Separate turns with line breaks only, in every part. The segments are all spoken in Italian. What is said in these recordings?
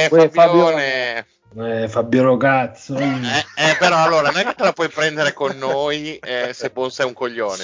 Fabione.
Fabiano cazzo.
Però allora non è che te la puoi prendere con noi se Bonsa è un coglione.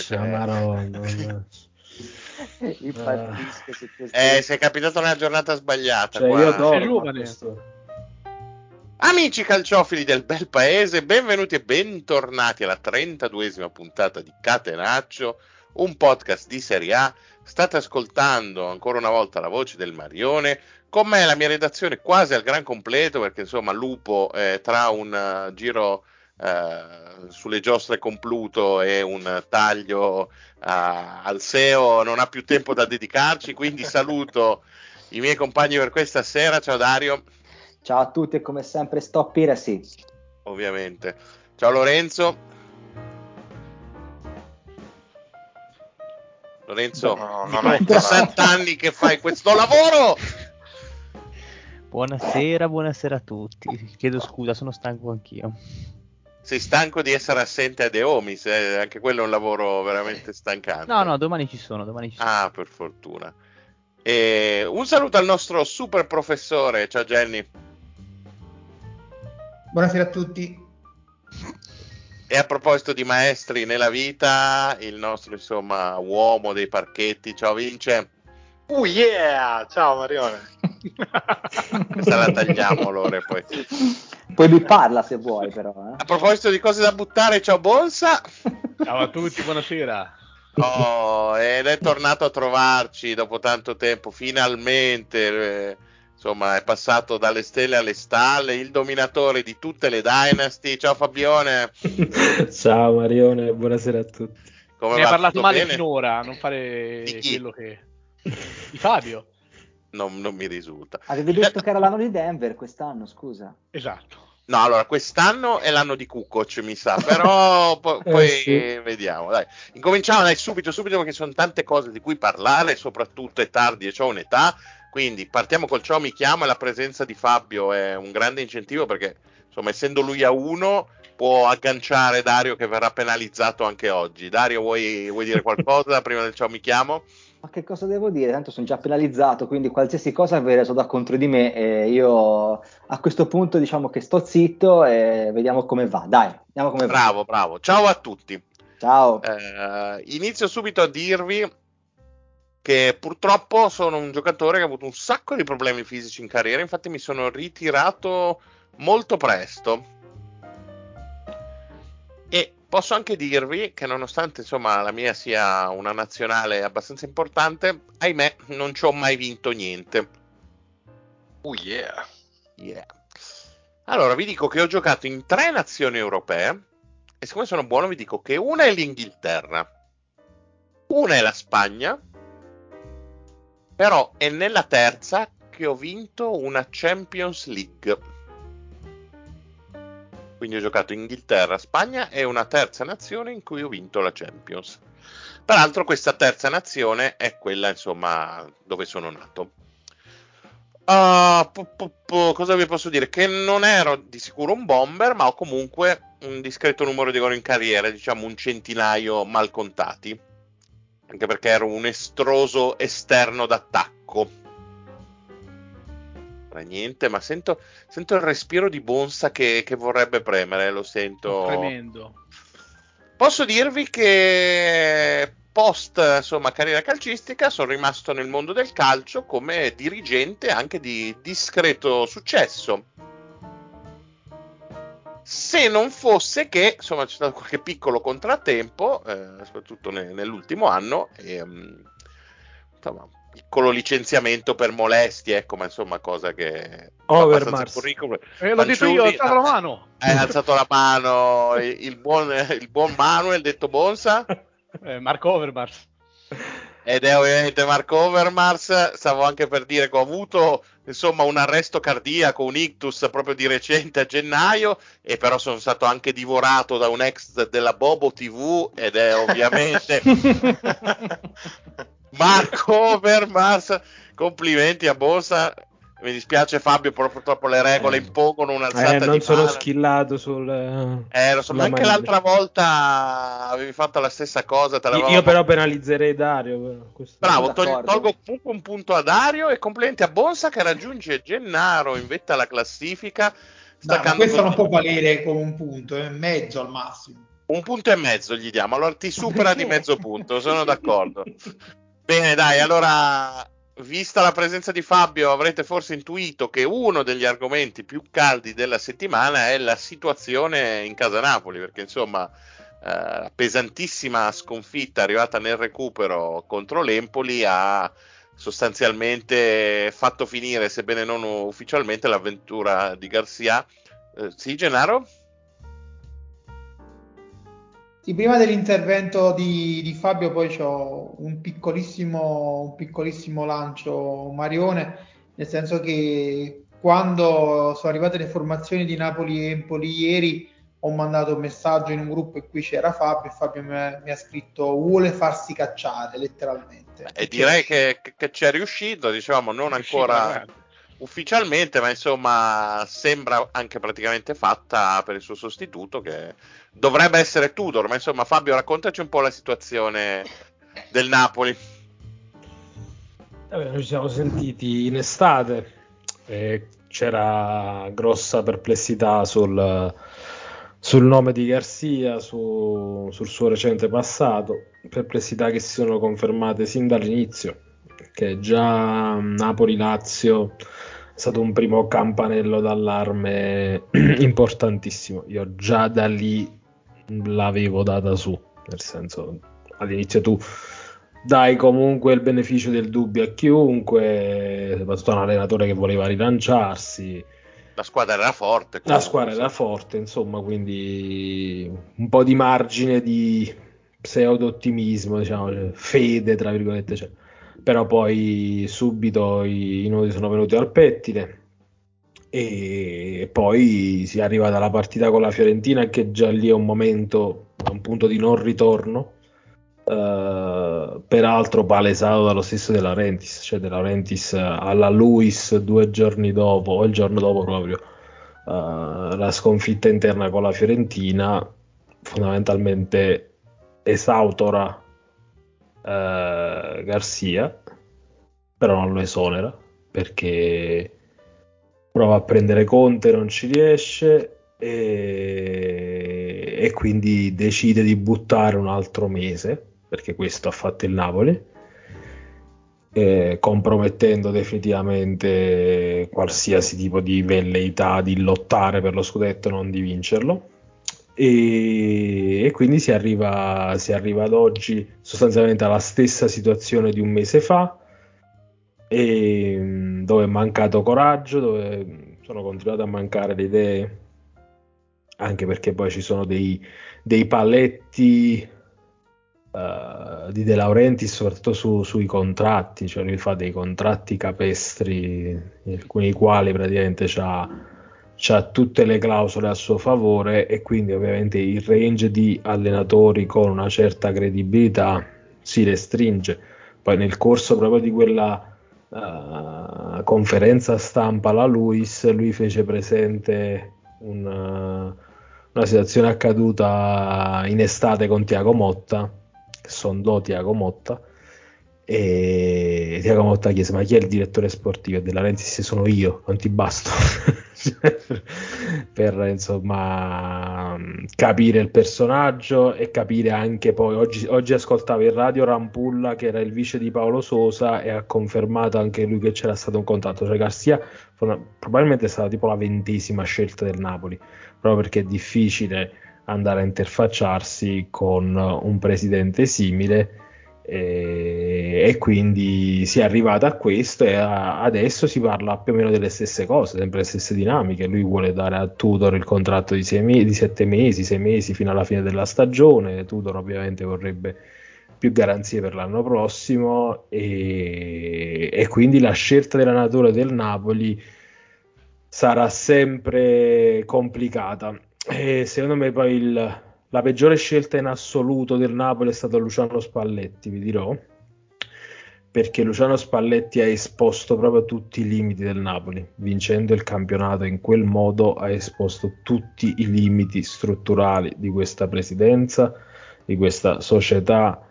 Impazzisco su questo.
Sei capitato nella giornata sbagliata.
Cioè,
qua.
io adoro questo.
Amici calciofili del bel paese, benvenuti e bentornati alla 32esima puntata di Catenaccio, un podcast di Serie A. State ascoltando ancora una volta la voce del Marione. Con me la mia redazione quasi al gran completo, perché insomma Lupo tra un giro sulle giostre con Pluto e un taglio al SEO non ha più tempo da dedicarci, quindi saluto i miei compagni per questa sera. Ciao Dario.
Ciao a tutti e come sempre Stop Piracy.
Ovviamente. Ciao Lorenzo. Lorenzo,
non
7 anni che fai questo lavoro.
Buonasera a tutti. Chiedo scusa, sono stanco anch'io.
Sei stanco di essere assente a The Homies, anche quello è un lavoro veramente stancante.
No, domani ci sono.
Ah, per fortuna. E un saluto al nostro super professore. Ciao Jenny.
Buonasera a tutti.
E a proposito di maestri nella vita, il nostro insomma uomo dei parchetti. Ciao Vince.
Oh yeah! Ciao Marione.
Questa la tagliamo Lore poi.
Poi lui parla se vuoi però.
A proposito di cose da buttare, ciao Bonsa.
Ciao a tutti, buonasera.
Oh, ed è tornato a trovarci dopo tanto tempo, finalmente. Insomma, è passato dalle stelle alle stalle, il dominatore di tutte le Dynasty. Ciao Fabione.
Ciao Marione, buonasera a tutti.
Come
ne
va?
hai parlato
Tutto
male
bene?
finora, non fare
Di chi?
quello che... Di Fabio.
Non mi risulta.
Avevi detto che era l'anno di Denver quest'anno, scusa.
Esatto.
No, allora, quest'anno è l'anno di Kukoc, mi sa, però poi
sì.
vediamo, dai. Incominciamo, dai, subito, perché sono tante cose di cui parlare, soprattutto è tardi e c'ho un'età, quindi partiamo col ciao mi chiamo, e la presenza di Fabio è un grande incentivo perché, insomma, essendo lui a 1, può agganciare Dario che verrà penalizzato anche oggi. Dario, vuoi dire qualcosa prima del ciao mi chiamo?
Ma che cosa devo dire? Tanto sono già penalizzato, quindi qualsiasi cosa viene reso da contro di me e io a questo punto diciamo che sto zitto e vediamo come va. Dai, vediamo come va.
Bravo. Ciao a tutti.
Ciao.
Inizio subito a dirvi che purtroppo sono un giocatore che ha avuto un sacco di problemi fisici in carriera, infatti mi sono ritirato molto presto. E posso anche dirvi che nonostante insomma la mia sia una nazionale abbastanza importante, ahimè non ci ho mai vinto niente.
Oh yeah.
Allora vi dico che ho giocato in 3 nazioni europee e siccome sono buono vi dico che una è l'Inghilterra, una è la Spagna, però è nella terza che ho vinto una Champions League. Quindi ho giocato Inghilterra, Spagna e una terza nazione in cui ho vinto la Champions. Peraltro questa terza nazione è quella, insomma, dove sono nato. Cosa vi posso dire? Che non ero di sicuro un bomber, ma ho comunque un discreto numero di gol in carriera, diciamo un centinaio mal contati. Anche perché ero un estroso esterno d'attacco. Niente, ma sento il respiro di Bonsa che vorrebbe premere, lo sento.
Tremendo.
Posso dirvi che post insomma carriera calcistica sono rimasto nel mondo del calcio come dirigente anche di discreto successo. Se non fosse che insomma c'è stato qualche piccolo contrattempo, soprattutto nell'ultimo anno, e insomma piccolo licenziamento per molestie, ecco, ma insomma cosa che abbastanza curriculum.
L'ho detto io, ho alzato la mano.
Hai alzato la mano il buon Manuel, detto Bonsa.
Marco Overmars.
Ed è ovviamente Marco Overmars. Stavo anche per dire che ho avuto insomma un arresto cardiaco, un ictus proprio di recente a gennaio, e però sono stato anche divorato da un ex della Bobo TV ed è ovviamente Marco Overmars. Complimenti a Bonsa. Mi dispiace Fabio, però purtroppo le regole impongono un'alzata
non
di
sono
mano.
Schillato sul
Lo so, ma anche l'altra volta avevi fatto la stessa cosa.
Io però penalizzerei Dario.
Bravo, tolgo un punto a Dario e complimenti a Bonsa che raggiunge Gennaro in vetta alla classifica.
Ma questo non può valere come un punto, è mezzo al massimo.
1,5 punti gli diamo, allora ti supera di mezzo punto, sono d'accordo. Bene, dai, allora, vista la presenza di Fabio, avrete forse intuito che uno degli argomenti più caldi della settimana è la situazione in casa Napoli, perché insomma, pesantissima sconfitta arrivata nel recupero contro l'Empoli ha sostanzialmente fatto finire, sebbene non ufficialmente, l'avventura di Garcia. Sì, Gennaro?
Sì, prima dell'intervento di Fabio poi c'ho un piccolissimo lancio, Marione, nel senso che quando sono arrivate le formazioni di Napoli e Empoli ieri ho mandato un messaggio in un gruppo in cui c'era Fabio e Fabio mi ha scritto vuole farsi cacciare letteralmente.
E direi che ci è riuscito, diciamo non ancora ufficialmente, ma insomma sembra anche praticamente fatta per il suo sostituto che dovrebbe essere Tudor. Ma insomma Fabio, raccontaci un po' la situazione del Napoli.
Noi ci siamo sentiti in estate e c'era grossa perplessità sul nome di Garcia, sul suo recente passato, perplessità che si sono confermate sin dall'inizio, che già Napoli-Lazio è stato un primo campanello d'allarme importantissimo. Io già da lì l'avevo data su, nel senso, all'inizio tu dai comunque il beneficio del dubbio a chiunque, soprattutto un allenatore che voleva rilanciarsi.
La squadra era forte.
Comunque, la squadra era forte, insomma, quindi un po' di margine di pseudo-ottimismo, diciamo, fede, tra virgolette, cioè. Però poi subito i nodi sono venuti al pettine e poi si arriva dalla partita con la Fiorentina, che già lì è un punto di non ritorno. Peraltro palesato dallo stesso De Laurentiis, cioè De Laurentiis alla Luis 2 giorni dopo o il giorno dopo proprio la sconfitta interna con la Fiorentina fondamentalmente esautora Garcia, però non lo esonera perché prova a prendere Conte, non ci riesce e quindi decide di buttare un altro mese, perché questo ha fatto il Napoli, compromettendo definitivamente qualsiasi tipo di velleità di lottare per lo scudetto, non di vincerlo. E quindi si arriva ad oggi sostanzialmente alla stessa situazione di un mese fa, dove è mancato coraggio, dove sono continuate a mancare le idee, anche perché poi ci sono dei paletti di De Laurentiis, soprattutto sui contratti, cioè lui fa dei contratti capestri, alcuni dei quali praticamente c'ha tutte le clausole a suo favore, e quindi ovviamente il range di allenatori con una certa credibilità si restringe. Poi nel corso proprio di quella conferenza stampa alla Luis, lui fece presente una situazione accaduta in estate con Thiago Motta, che sondò Thiago Motta, e Thiago Motta chiese: ma chi è il direttore sportivo? E De Laurentiis: sono io, non ti basto. Per insomma capire il personaggio e capire anche poi oggi ascoltavo in radio Rampulla, che era il vice di Paolo Sosa, e ha confermato anche lui che c'era stato un contatto, cioè Garcia probabilmente è stata tipo la 20ª scelta del Napoli, proprio perché è difficile andare a interfacciarsi con un presidente simile, e quindi si è arrivato a questo, e adesso si parla più o meno delle stesse cose, sempre le stesse dinamiche. Lui vuole dare a Tudor il contratto di 7 mesi, 6 mesi fino alla fine della stagione. Tudor ovviamente vorrebbe più garanzie per l'anno prossimo, e quindi la scelta della natura del Napoli sarà sempre complicata. E secondo me poi la peggiore scelta in assoluto del Napoli è stato Luciano Spalletti, vi dirò, perché Luciano Spalletti ha esposto proprio tutti i limiti del Napoli, vincendo il campionato in quel modo ha esposto tutti i limiti strutturali di questa presidenza, di questa società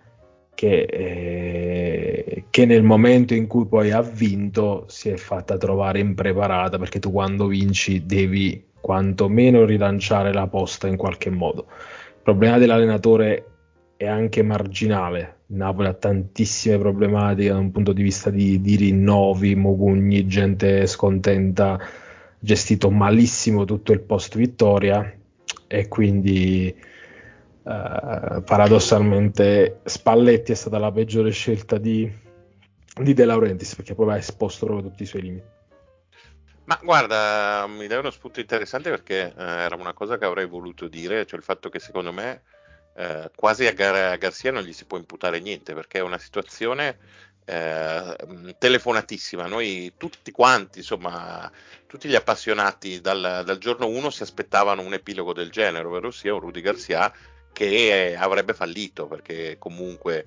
che nel momento in cui poi ha vinto si è fatta trovare impreparata, perché tu quando vinci devi quantomeno rilanciare la posta in qualche modo. Il problema dell'allenatore è anche marginale. Il Napoli ha tantissime problematiche da un punto di vista di rinnovi, mogugni, gente scontenta, gestito malissimo tutto il post vittoria, e quindi paradossalmente Spalletti è stata la peggiore scelta di De Laurentiis, perché poi ha esposto proprio tutti i suoi limiti.
Ma guarda, mi dai uno spunto interessante, perché era una cosa che avrei voluto dire, cioè il fatto che secondo me quasi a Garcia non gli si può imputare niente, perché è una situazione telefonatissima. Noi tutti quanti, insomma, tutti gli appassionati dal giorno 1 si aspettavano un epilogo del genere, ovvero sia un Rudy Garcia che avrebbe fallito, perché comunque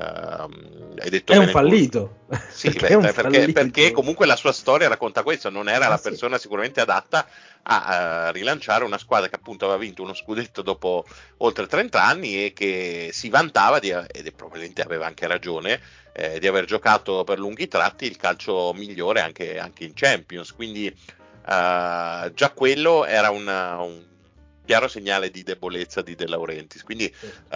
hai detto
è
bene
un fallito.
sì,
perché, è un
perché
fallito.
comunque la sua storia racconta questo, non era la persona sicuramente adatta a rilanciare una squadra che appunto aveva vinto uno scudetto dopo oltre 30 anni e che si vantava ed probabilmente aveva anche ragione, di aver giocato per lunghi tratti il calcio migliore anche in Champions, quindi già quello era un chiaro segnale di debolezza di De Laurentiis. Quindi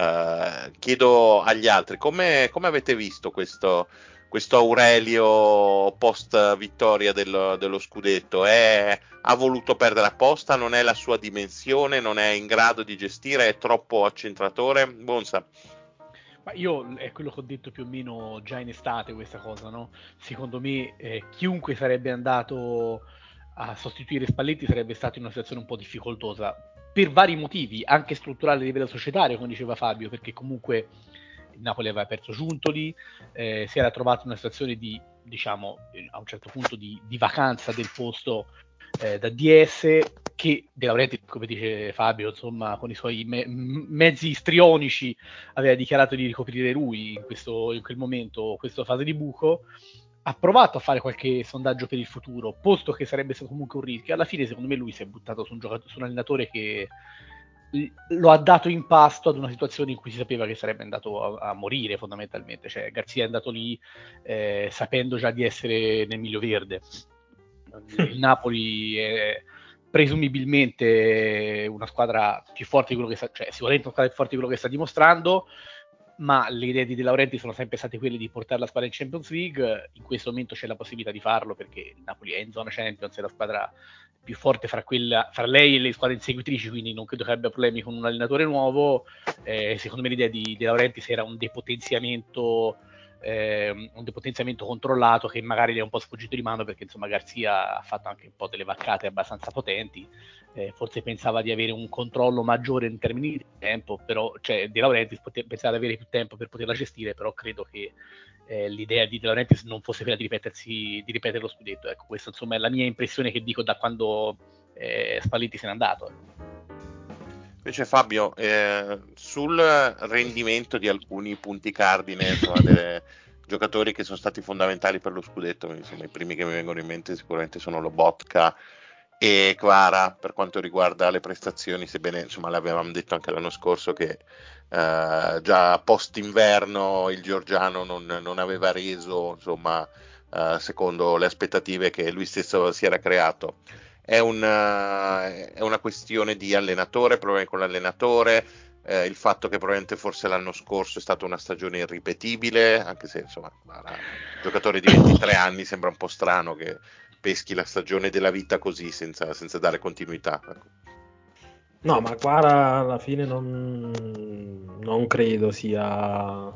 chiedo agli altri come avete visto questo Aurelio post vittoria dello scudetto. Ha voluto perdere apposta, non è la sua dimensione, non è in grado di gestire, è troppo accentratore? Bonsa.
Ma io è quello che ho detto più o meno già in estate, questa cosa, no? Secondo me chiunque sarebbe andato a sostituire Spalletti sarebbe stato in una situazione un po' difficoltosa per vari motivi, anche strutturali a livello societario, come diceva Fabio, perché comunque il Napoli aveva perso Giuntoli, si era trovato in una situazione di, diciamo, a un certo punto di vacanza del posto da DS, che De Laurentiis, come dice Fabio, insomma, con i suoi mezzi istrionici aveva dichiarato di ricoprire lui in quel momento, questa fase di buco. Ha provato a fare qualche sondaggio per il futuro, posto che sarebbe stato comunque un rischio. Alla fine, secondo me, lui si è buttato su un allenatore che lo ha dato in pasto ad una situazione in cui si sapeva che sarebbe andato a morire, fondamentalmente. Cioè, Garzia è andato lì sapendo già di essere nel miglio verde. Il Napoli è presumibilmente una squadra più forte di quello che sta, cioè sicuramente una squadra più forte di quello che sta dimostrando, ma le idee di De Laurentiis sono sempre state quelle di portare la squadra in Champions League. In questo momento c'è la possibilità di farlo, perché il Napoli è in zona Champions, è la squadra più forte fra lei e le squadre inseguitrici, quindi non credo che abbia problemi con un allenatore nuovo. Secondo me l'idea di De Laurentiis era un depotenziamento controllato, che magari gli è un po' sfuggito di mano, perché insomma Garzia ha fatto anche un po' delle vaccate abbastanza potenti, forse pensava di avere un controllo maggiore in termini di tempo, però cioè De Laurentiis pensava di avere più tempo per poterla gestire, però credo che l'idea di De Laurentiis non fosse quella di ripetere lo scudetto. Ecco, questa insomma è la mia impressione, che dico da quando Spalletti se n'è andato.
Invece Fabio, sul rendimento di alcuni punti cardine, insomma, dei giocatori che sono stati fondamentali per lo scudetto, insomma, i primi che mi vengono in mente sicuramente sono Lobotka e Kvara, per quanto riguarda le prestazioni, sebbene insomma l'avevamo detto anche l'anno scorso che già post inverno il georgiano non aveva reso, insomma, secondo le aspettative che lui stesso si era creato. È una questione di allenatore, problemi con l'allenatore, il fatto che probabilmente forse l'anno scorso è stata una stagione irripetibile, anche se insomma un giocatore di 23 anni sembra un po' strano che peschi la stagione della vita così senza dare continuità.
No, ma Kvara alla fine non credo sia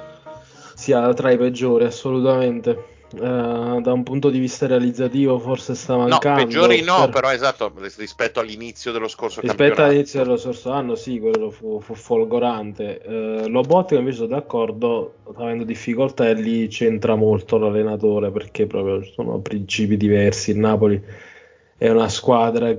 tra i peggiori, assolutamente. Da un punto di vista realizzativo forse sta mancando.
No, peggiori no, però esatto, rispetto all'inizio dello scorso
rispetto
campionato.
all'inizio dello scorso anno, sì, quello fu folgorante. Lobotka invece sono d'accordo, avendo difficoltà, e lì c'entra molto l'allenatore, perché proprio sono principi diversi. Il Napoli è una squadra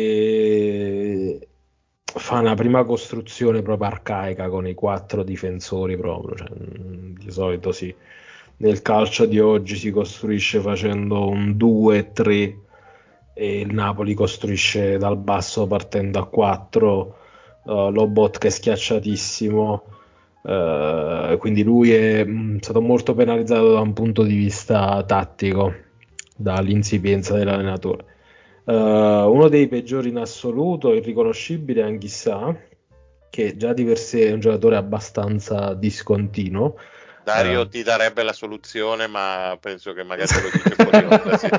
che fa una prima costruzione proprio arcaica con i 4 difensori proprio, cioè, di solito si nel calcio di oggi si costruisce facendo un 2-3 e il Napoli costruisce dal basso partendo a 4, Lobotka è schiacciatissimo, quindi lui è stato molto penalizzato da un punto di vista tattico dall'insipienza dell'allenatore. Uno dei peggiori in assoluto, irriconoscibile è Anghissà, che già di per sé è un giocatore abbastanza discontinuo.
Dario ti darebbe la soluzione, ma penso che magari te lo dice fuori onda. Sì.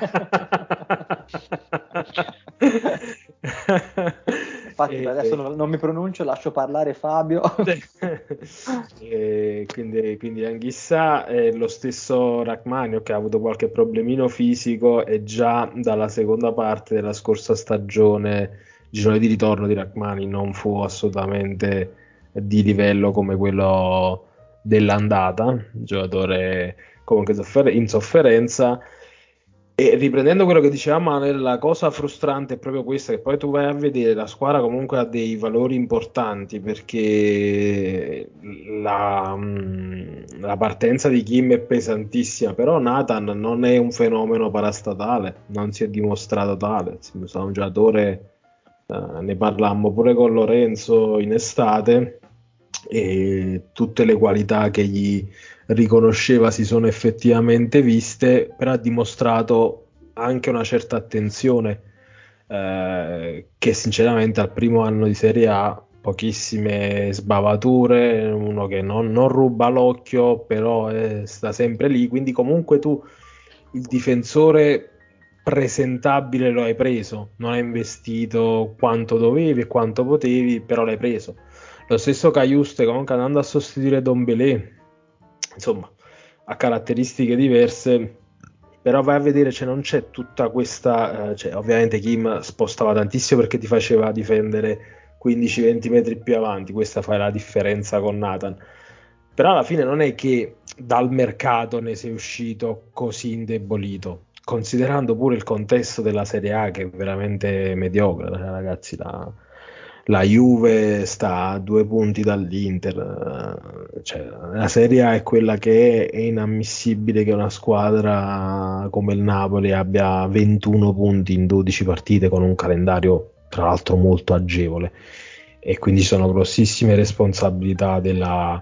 Infatti adesso non mi pronuncio, lascio parlare Fabio.
Quindi Anghissà è lo stesso Rachmaninoff, che ha avuto qualche problemino fisico e già dalla seconda parte della scorsa stagione il girone di ritorno di Rachmaninoff non fu assolutamente di livello come quello dell'andata, un giocatore comunque in sofferenza. E riprendendo quello che diceva Manuel, la cosa frustrante è proprio questa, che poi tu vai a vedere la squadra comunque ha dei valori importanti, perché la partenza di Kim è pesantissima, però Nathan non è un fenomeno parastatale, non si è dimostrato tale, è un giocatore, ne parlammo pure con Lorenzo in estate, e tutte le qualità che gli riconosceva si sono effettivamente viste, però ha dimostrato anche una certa attenzione, che sinceramente al primo anno di Serie A pochissime sbavature, uno che non ruba l'occhio, però sta sempre lì, quindi comunque tu il difensore presentabile lo hai preso, non hai investito quanto dovevi e quanto potevi, però l'hai preso. Lo stesso Cajuste, comunque andando a sostituire Dombele, insomma, ha caratteristiche diverse, però vai a vedere, non c'è tutta questa, ovviamente Kim spostava tantissimo perché ti faceva difendere 15-20 metri più avanti, questa fa la differenza con Nathan, però alla fine non è che dal mercato ne sei uscito così indebolito, considerando pure il contesto della Serie A che è veramente mediocre, ragazzi. La Juve sta a 2 punti dall'Inter, la Serie A è quella che è inammissibile che una squadra come il Napoli abbia 21 punti in 12 partite con un calendario tra l'altro molto agevole, e quindi sono grossissime responsabilità della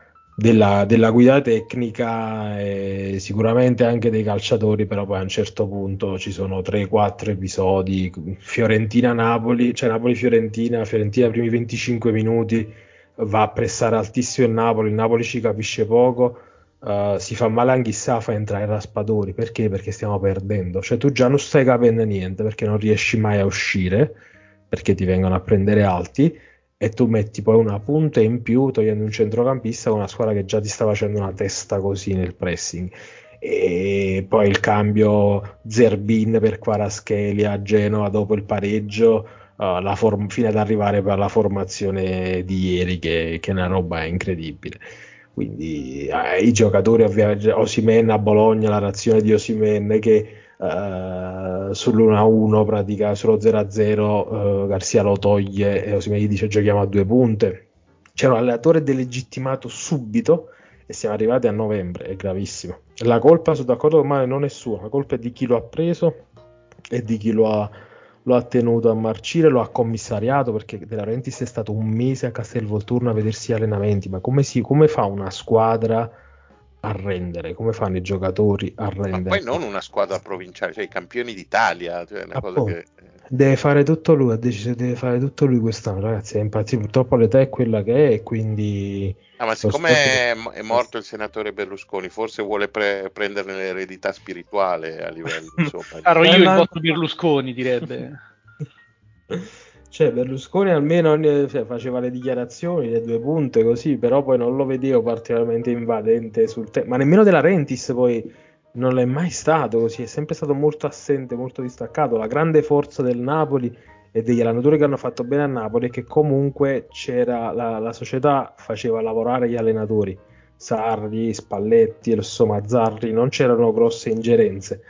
guida tecnica e sicuramente anche dei calciatori, però poi a un certo punto ci sono 3-4 episodi, Fiorentina-Napoli, cioè Napoli-Fiorentina, Fiorentina primi 25 minuti va a pressare altissimo il Napoli ci capisce poco, si fa male Anghissà, fa entrare Raspadori, perché? Perché stiamo perdendo, cioè tu già non stai capendo niente perché non riesci mai a uscire, perché ti vengono a prendere alti, e tu metti poi una punta in più togliendo un centrocampista con una squadra che già ti sta facendo una testa così nel pressing, e poi il cambio Zerbin per Kvaratskhelia a Genova dopo il pareggio, fino ad arrivare per la formazione di ieri che è una roba incredibile. Quindi i giocatori, ovviamente Osimhen a Bologna, la reazione di Osimhen che sull'1-1 pratica sullo 0-0, Garcia lo toglie e Osimhen gli dice giochiamo a 2 punte. C'era un allenatore delegittimato subito e siamo arrivati a novembre, è gravissimo. La colpa, sono d'accordo con me, non è sua, la colpa è di chi lo ha preso e di chi lo ha tenuto a marcire, lo ha commissariato, perché De Laurentiis è stato un mese a Castelvolturno a vedersi gli allenamenti, ma come fa una squadra a rendere, come fanno i giocatori a rendere?
Ma poi non una squadra provinciale, cioè i campioni d'Italia, cioè una cosa che...
Deve fare tutto lui, ha deciso che deve fare tutto lui quest'anno, ragazzi, è impazzito, purtroppo l'età è quella che è, e quindi...
ma siccome è morto il senatore Berlusconi, forse vuole prenderne l'eredità spirituale a livello, insomma.
Sarò io il vostro Berlusconi, direbbe.
Cioè Berlusconi almeno faceva le dichiarazioni, le 2 punte così, però poi non lo vedevo particolarmente invadente sul tema, ma nemmeno De Laurentiis poi non l'è mai stato così, è sempre stato molto assente, molto distaccato. La grande forza del Napoli e degli allenatori che hanno fatto bene a Napoli è che comunque c'era la società faceva lavorare gli allenatori, Sarri, Spalletti, lo stesso Mazzarri, non c'erano grosse ingerenze,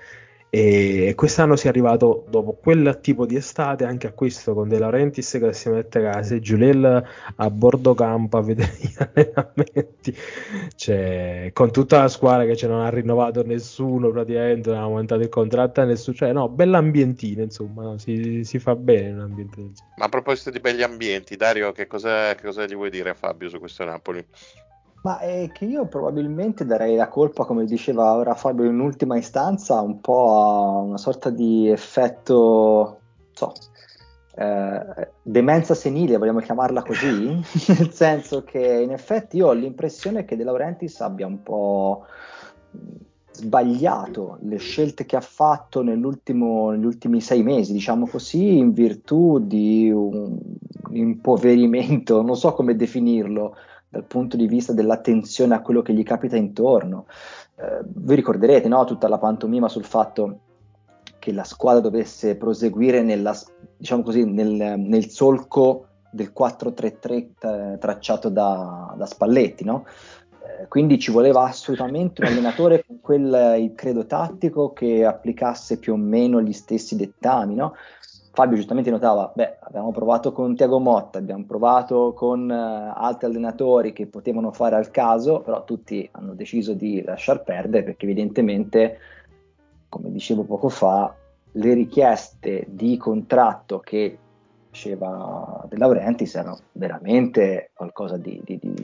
E quest'anno si è arrivato dopo quel tipo di estate anche a questo, con De Laurentiis che si mette a casa e Giulel a bordo campo a vedere gli allenamenti, cioè, con tutta la squadra che non ha rinnovato nessuno, praticamente non ha aumentato il contratto a nessuno, cioè no, bell'ambientino, insomma, no? Si fa bene in un ambiente del genere.
Ma a proposito di begli ambienti, Dario, che cosa gli vuoi dire a Fabio su questo Napoli?
Ma è che io probabilmente darei la colpa, come diceva ora Fabio, in ultima istanza, un po' a una sorta di effetto, non so, demenza senile, vogliamo chiamarla così, nel senso che in effetti io ho l'impressione che De Laurentiis abbia un po' sbagliato le scelte che ha fatto negli ultimi 6 mesi, diciamo così, in virtù di un impoverimento, non so come definirlo, dal punto di vista dell'attenzione a quello che gli capita intorno. Vi ricorderete, no? Tutta la pantomima sul fatto che la squadra dovesse proseguire diciamo così, nel solco del 4-3-3 tracciato da Spalletti, no? Quindi ci voleva assolutamente un allenatore con il credo tattico che applicasse più o meno gli stessi dettami, no? Fabio giustamente notava, abbiamo provato con Thiago Motta, abbiamo provato con altri allenatori che potevano fare al caso, però tutti hanno deciso di lasciar perdere perché evidentemente, come dicevo poco fa, le richieste di contratto che faceva De Laurentiis erano veramente qualcosa di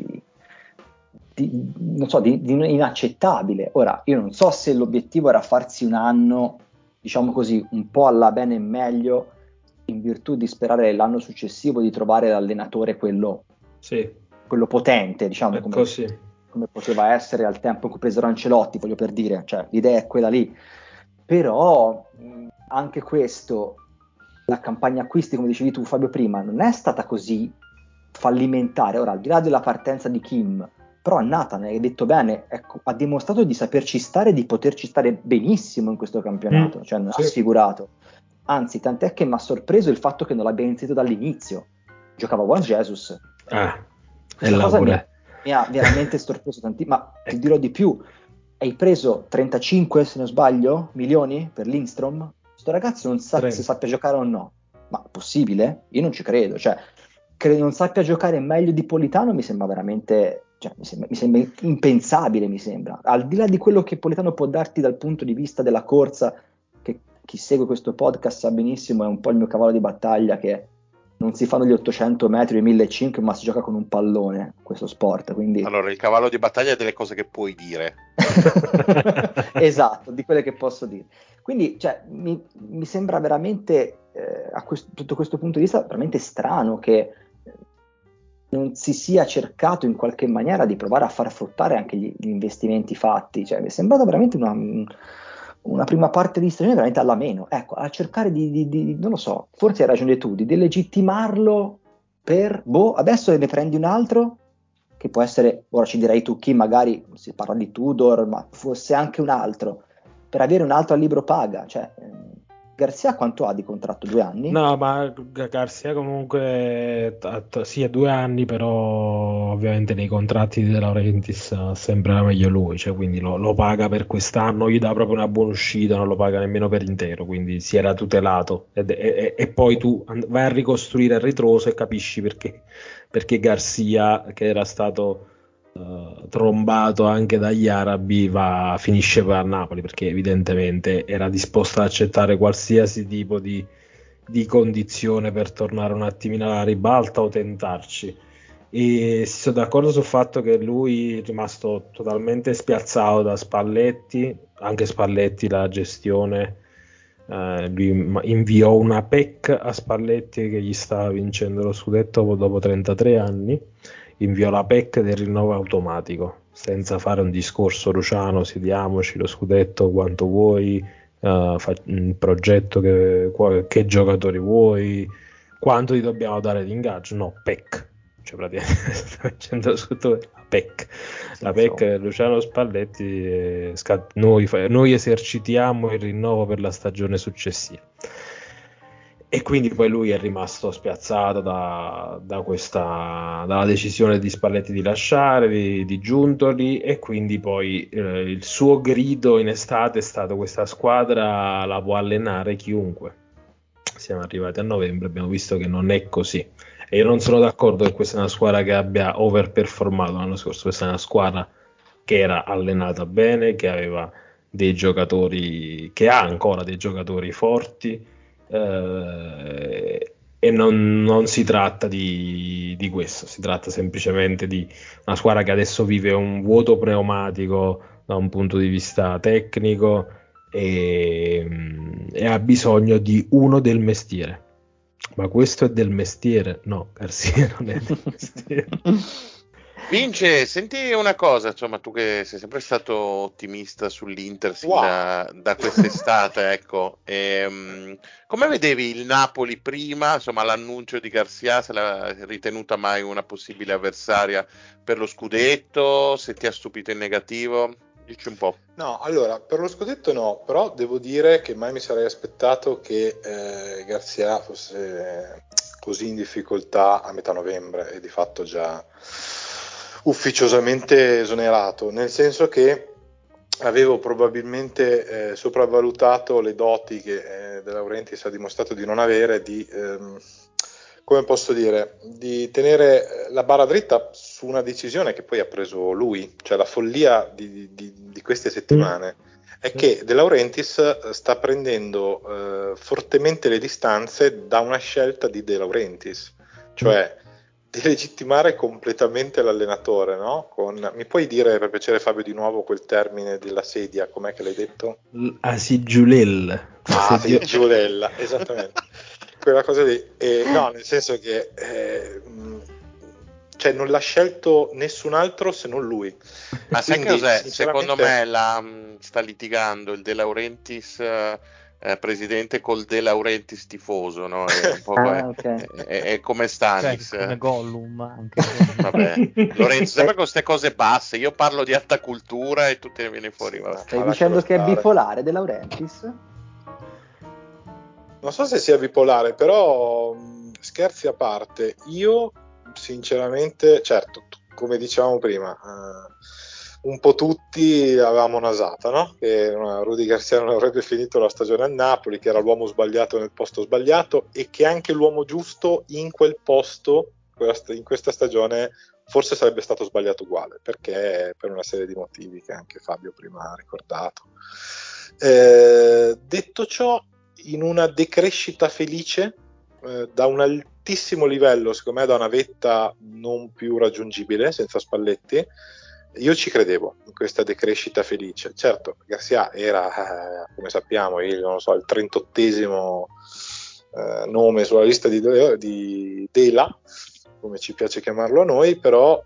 inaccettabile. Ora, io non so se l'obiettivo era farsi un anno, diciamo così, un po' alla bene e meglio, in virtù di sperare l'anno successivo di trovare l'allenatore quello potente, diciamo, come poteva essere al tempo in cui presero Ancelotti, voglio per dire, cioè l'idea è quella lì. Però anche questo, la campagna acquisti, come dicevi tu Fabio prima, non è stata così fallimentare. Ora, al di là della partenza di Kim, però Nathan, hai detto bene, ecco, ha dimostrato di saperci stare, di poterci stare benissimo in questo campionato, cioè non ha sfigurato. Anzi, tant'è che mi ha sorpreso il fatto che non l'abbia iniziato dall'inizio. Giocava Juan Jesus. Questa cosa mi ha veramente sorpreso tantissimo. Ma ti dirò di più, hai preso 35, se non sbaglio, milioni per Lindstrom? Sto ragazzo non sa se sappia giocare o no. Ma è possibile? Io non ci credo. Cioè, che non sappia giocare meglio di Politano mi sembra veramente... Cioè, mi sembra impensabile, mi sembra. Al di là di quello che Politano può darti dal punto di vista della corsa, che chi segue questo podcast sa benissimo, è un po' il mio cavallo di battaglia, che non si fanno gli 800 metri, i 1500, ma si gioca con un pallone, questo sport. Quindi...
Allora, il cavallo di battaglia è delle cose che puoi dire.
Esatto, di quelle che posso dire. Quindi, cioè, mi sembra veramente, sotto questo punto di vista, veramente strano che non si sia cercato in qualche maniera di provare a far fruttare anche gli investimenti fatti. Cioè, mi è sembrata veramente una prima parte di stagione veramente alla meno. Ecco, a cercare di non lo so, forse hai ragione tu, di delegittimarlo per, adesso ne prendi un altro, che può essere, ora ci direi tu chi, magari si parla di Tudor, ma fosse anche un altro, per avere un altro a libro paga, cioè... Garcia quanto ha di contratto? 2 anni?
No, ma Garcia comunque sì, 2 anni, però ovviamente nei contratti di De Laurentiis sempre la meglio lui, cioè quindi lo paga per quest'anno, gli dà proprio una buona uscita, non lo paga nemmeno per intero, quindi si era tutelato e poi tu vai a ricostruire a ritroso e capisci perché Garcia, che era stato trombato anche dagli arabi, finisce poi a Napoli, perché evidentemente era disposto ad accettare qualsiasi tipo di condizione per tornare un attimino alla ribalta o tentarci. E sono d'accordo sul fatto che lui è rimasto totalmente spiazzato da Spalletti, anche Spalletti la gestione, lui inviò una PEC a Spalletti che gli stava vincendo lo scudetto dopo 33 anni, inviò la PEC del rinnovo automatico senza fare un discorso Luciano, sediamoci lo scudetto quanto vuoi, un progetto che giocatori vuoi, quanto ti dobbiamo dare di ingaggio, no, PEC, cioè praticamente sta facendo tutto la PEC Luciano Spalletti, noi esercitiamo il rinnovo per la stagione successiva. E quindi poi lui è rimasto spiazzato dalla decisione di Spalletti di lasciare, di Giuntoli, e quindi poi il suo grido in estate è stato: questa squadra la può allenare chiunque. Siamo arrivati a novembre, abbiamo visto che non è così, e io non sono d'accordo che questa è una squadra che abbia overperformato l'anno scorso. Questa è una squadra che era allenata bene, che aveva dei giocatori, che ha ancora dei giocatori forti, e non si tratta di questo, si tratta semplicemente di una squadra che adesso vive un vuoto pneumatico da un punto di vista tecnico, e ha bisogno di uno del mestiere. Ma questo è del mestiere? No, Garcia non è del mestiere.
Vince, senti una cosa, insomma, tu che sei sempre stato ottimista sull'Inter sin da quest'estate, ecco, come vedevi il Napoli prima, insomma, l'annuncio di Garcia, se l'ha ritenuta mai una possibile avversaria per lo scudetto, se ti ha stupito in negativo? Dici un po'.
No, allora, per lo scudetto no, però devo dire che mai mi sarei aspettato che Garcia fosse così in difficoltà a metà novembre, e di fatto già ufficiosamente esonerato, nel senso che avevo probabilmente sopravvalutato le doti che De Laurentiis ha dimostrato di non avere, come posso dire, di tenere la barra dritta su una decisione che poi ha preso lui. Cioè, la follia di queste settimane è che De Laurentiis sta prendendo fortemente le distanze da una scelta di De Laurentiis, cioè di legittimare completamente l'allenatore, no? Mi puoi dire, per piacere, Fabio, di nuovo quel termine della sedia, com'è che l'hai detto?
Asigiulella.
Asigiulella, esattamente. Quella cosa lì. No, nel senso che cioè non l'ha scelto nessun altro se non lui.
Ma sai che cos'è? Secondo me sta litigando il De Laurentiis presidente col De Laurentiis tifoso, no? È un po' è come Stanis,
cioè, come Gollum anche.
Vabbè, Lorenzo, sempre con queste cose basse. Io parlo di alta cultura e tu te ne vieni fuori.
Stai dicendo che è bipolare De Laurentiis?
Non so se sia bipolare, però scherzi a parte, io sinceramente, certo, come dicevamo prima, un po' tutti avevamo nasata, no? Che Rudy Garcia non avrebbe finito la stagione a Napoli, che era l'uomo sbagliato nel posto sbagliato, e che anche l'uomo giusto in quel posto, in questa stagione, forse sarebbe stato sbagliato uguale, perché per una serie di motivi che anche Fabio prima ha ricordato. Detto ciò, in una decrescita felice, da un altissimo livello, secondo me da una vetta non più raggiungibile senza Spalletti, io ci credevo in questa decrescita felice. Certo, Garcia era, come sappiamo, il 38esimo nome sulla lista di Dela, come ci piace chiamarlo a noi, però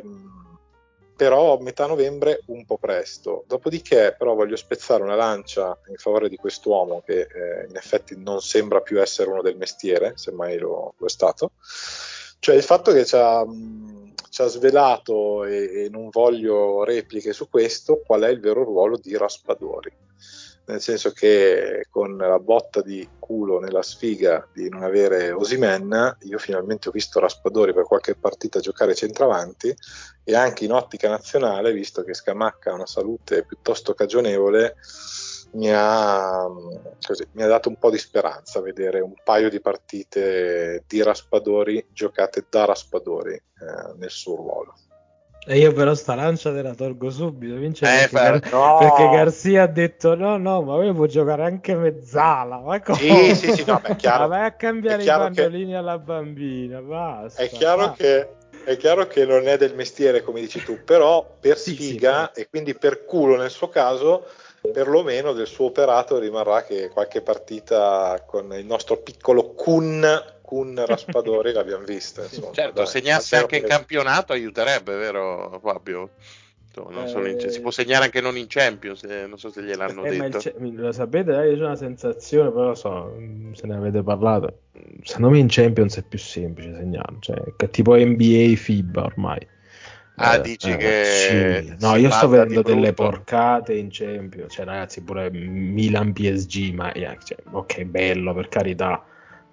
metà novembre un po' presto. Dopodiché però voglio spezzare una lancia in favore di quest'uomo che in effetti non sembra più essere uno del mestiere, semmai lo è stato, cioè il fatto che ci ha svelato, e non voglio repliche su questo, qual è il vero ruolo di Raspadori. Nel senso che con la botta di culo nella sfiga di non avere Osimhen, io finalmente ho visto Raspadori per qualche partita giocare centravanti, e anche in ottica nazionale, visto che Scamacca ha una salute piuttosto cagionevole, mi ha dato un po' di speranza vedere un paio di partite di Raspadori giocate da Raspadori nel suo ruolo.
E io però sta lancia te la tolgo subito, Vince, perché Garcia ha detto no, ma voi può giocare anche mezzala. Ma come?
Sì, no, beh, chiaro,
ma vai a cambiare i pannolini alla bambina, basta.
È chiaro che non è del mestiere, come dici tu, però per sfiga e quindi per culo nel suo caso, perlomeno del suo operato rimarrà che qualche partita con il nostro piccolo Kun Raspadori l'abbiamo vista. Insomma,
certo, segnasse anche in campionato aiuterebbe, vero Fabio? Non solo si può segnare anche non in Champions, non so se gliel'hanno detto.
Lo sapete, io c'ho una sensazione, però so, se ne avete parlato, secondo me in Champions è più semplice segnare, cioè tipo NBA, FIBA ormai.
Dici che
no, io sto vedendo delle porcate in Champions, cioè ragazzi, pure Milan PSG, ma ok, bello, per carità,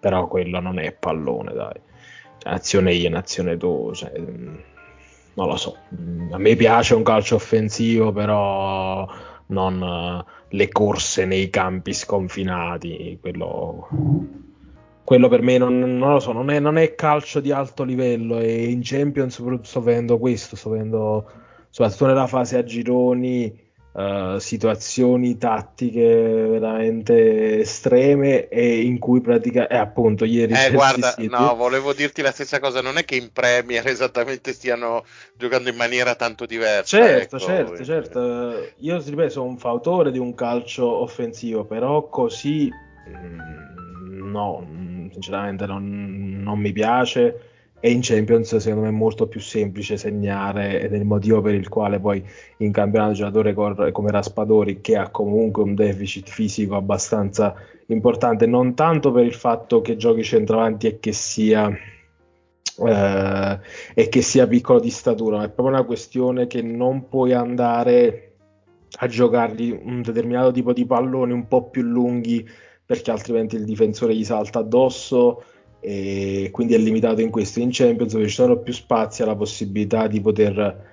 però quello non è pallone, dai. Nazione io, nazione tu, cioè, non lo so. A me piace un calcio offensivo, però non le corse nei campi sconfinati, quello per me non lo so, non è calcio di alto livello, e in Champions sto vedendo questo, soprattutto nella fase a gironi, situazioni tattiche veramente estreme, e in cui appunto ieri
guarda,
City.
no, volevo dirti la stessa cosa, non è che in Premier esattamente stiano giocando in maniera tanto diversa,
Certo,
ecco.
certo. Io ripeto, sono un fautore di un calcio offensivo, però così no, sinceramente non mi piace. E in Champions secondo me è molto più semplice segnare, ed è il motivo per il quale poi in campionato un giocatore come Raspadori, che ha comunque un deficit fisico abbastanza importante, non tanto per il fatto che giochi centravanti e che sia piccolo di statura, ma è proprio una questione che non puoi andare a giocargli un determinato tipo di palloni un po' più lunghi, perché altrimenti il difensore gli salta addosso, e quindi è limitato in questo. In Champions, dove ci sono più spazi, ha la possibilità di poter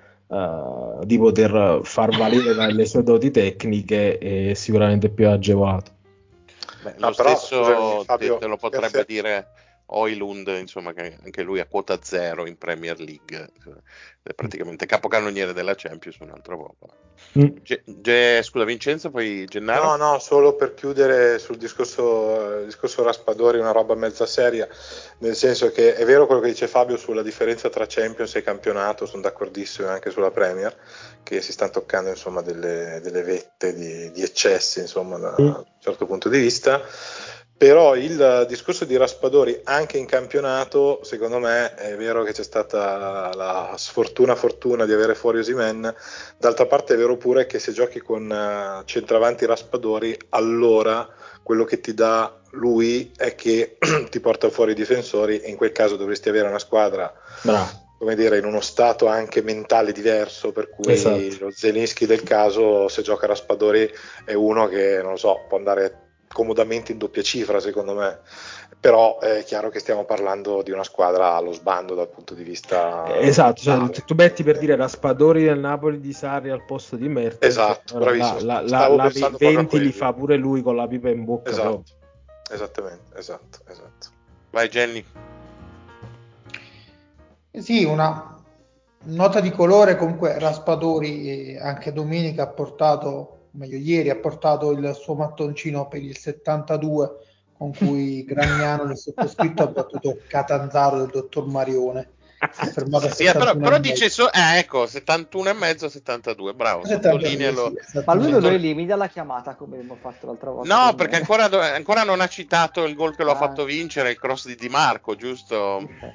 far valere le sue doti tecniche, è sicuramente più agevolato.
Beh, lo
però,
stesso
scusami, Fabio,
te lo potrebbe dire Højlund, insomma, che anche lui a quota zero in Premier League, è praticamente capocannoniere della Champions un'altra volta. Scusa Vincenzo, poi Gennaro?
No, solo per chiudere sul discorso Raspadori, una roba mezza seria, nel senso che è vero quello che dice Fabio sulla differenza tra Champions e campionato, sono d'accordissimo, anche sulla Premier, che si stanno toccando insomma delle vette di eccessi, insomma, da un certo punto di vista. Però il discorso di Raspadori anche in campionato, secondo me è vero che c'è stata la fortuna di avere fuori Osimhen. D'altra parte è vero pure che se giochi con centravanti Raspadori, allora quello che ti dà lui è che ti porta fuori i difensori, e in quel caso dovresti avere una squadra, come dire, in uno stato anche mentale diverso, per cui
esatto.
Lo Zelinski del caso, se gioca Raspadori, è uno che, non lo so, può andare comodamente in doppia cifra, secondo me. Però è chiaro che stiamo parlando di una squadra allo sbando dal punto di vista
esatto, cioè, tu metti, per dire, Raspadori del Napoli di Sarri al posto di Mertens,
esatto, bravissimo,
stavo la 20 li fa pure lui con la pipa in bocca,
esatto,
proprio.
Esattamente, esatto.
Vai Jenny.
Sì, una nota di colore. Comunque Raspadori anche domenica ha portato, meglio ieri, ha portato il suo mattoncino per il 72, con cui Gragnano, il sottoscritto, ha battuto Catanzaro del dottor Marione. Si è fermato a 71
però dice ecco, 71,5, 72, bravo, sottolinealo.
Sì,
ma lui non lo elimina la chiamata come abbiamo fatto l'altra volta?
No, perché ancora non ha citato il gol che lo ha fatto vincere, il cross di Di Marco, giusto?
Okay.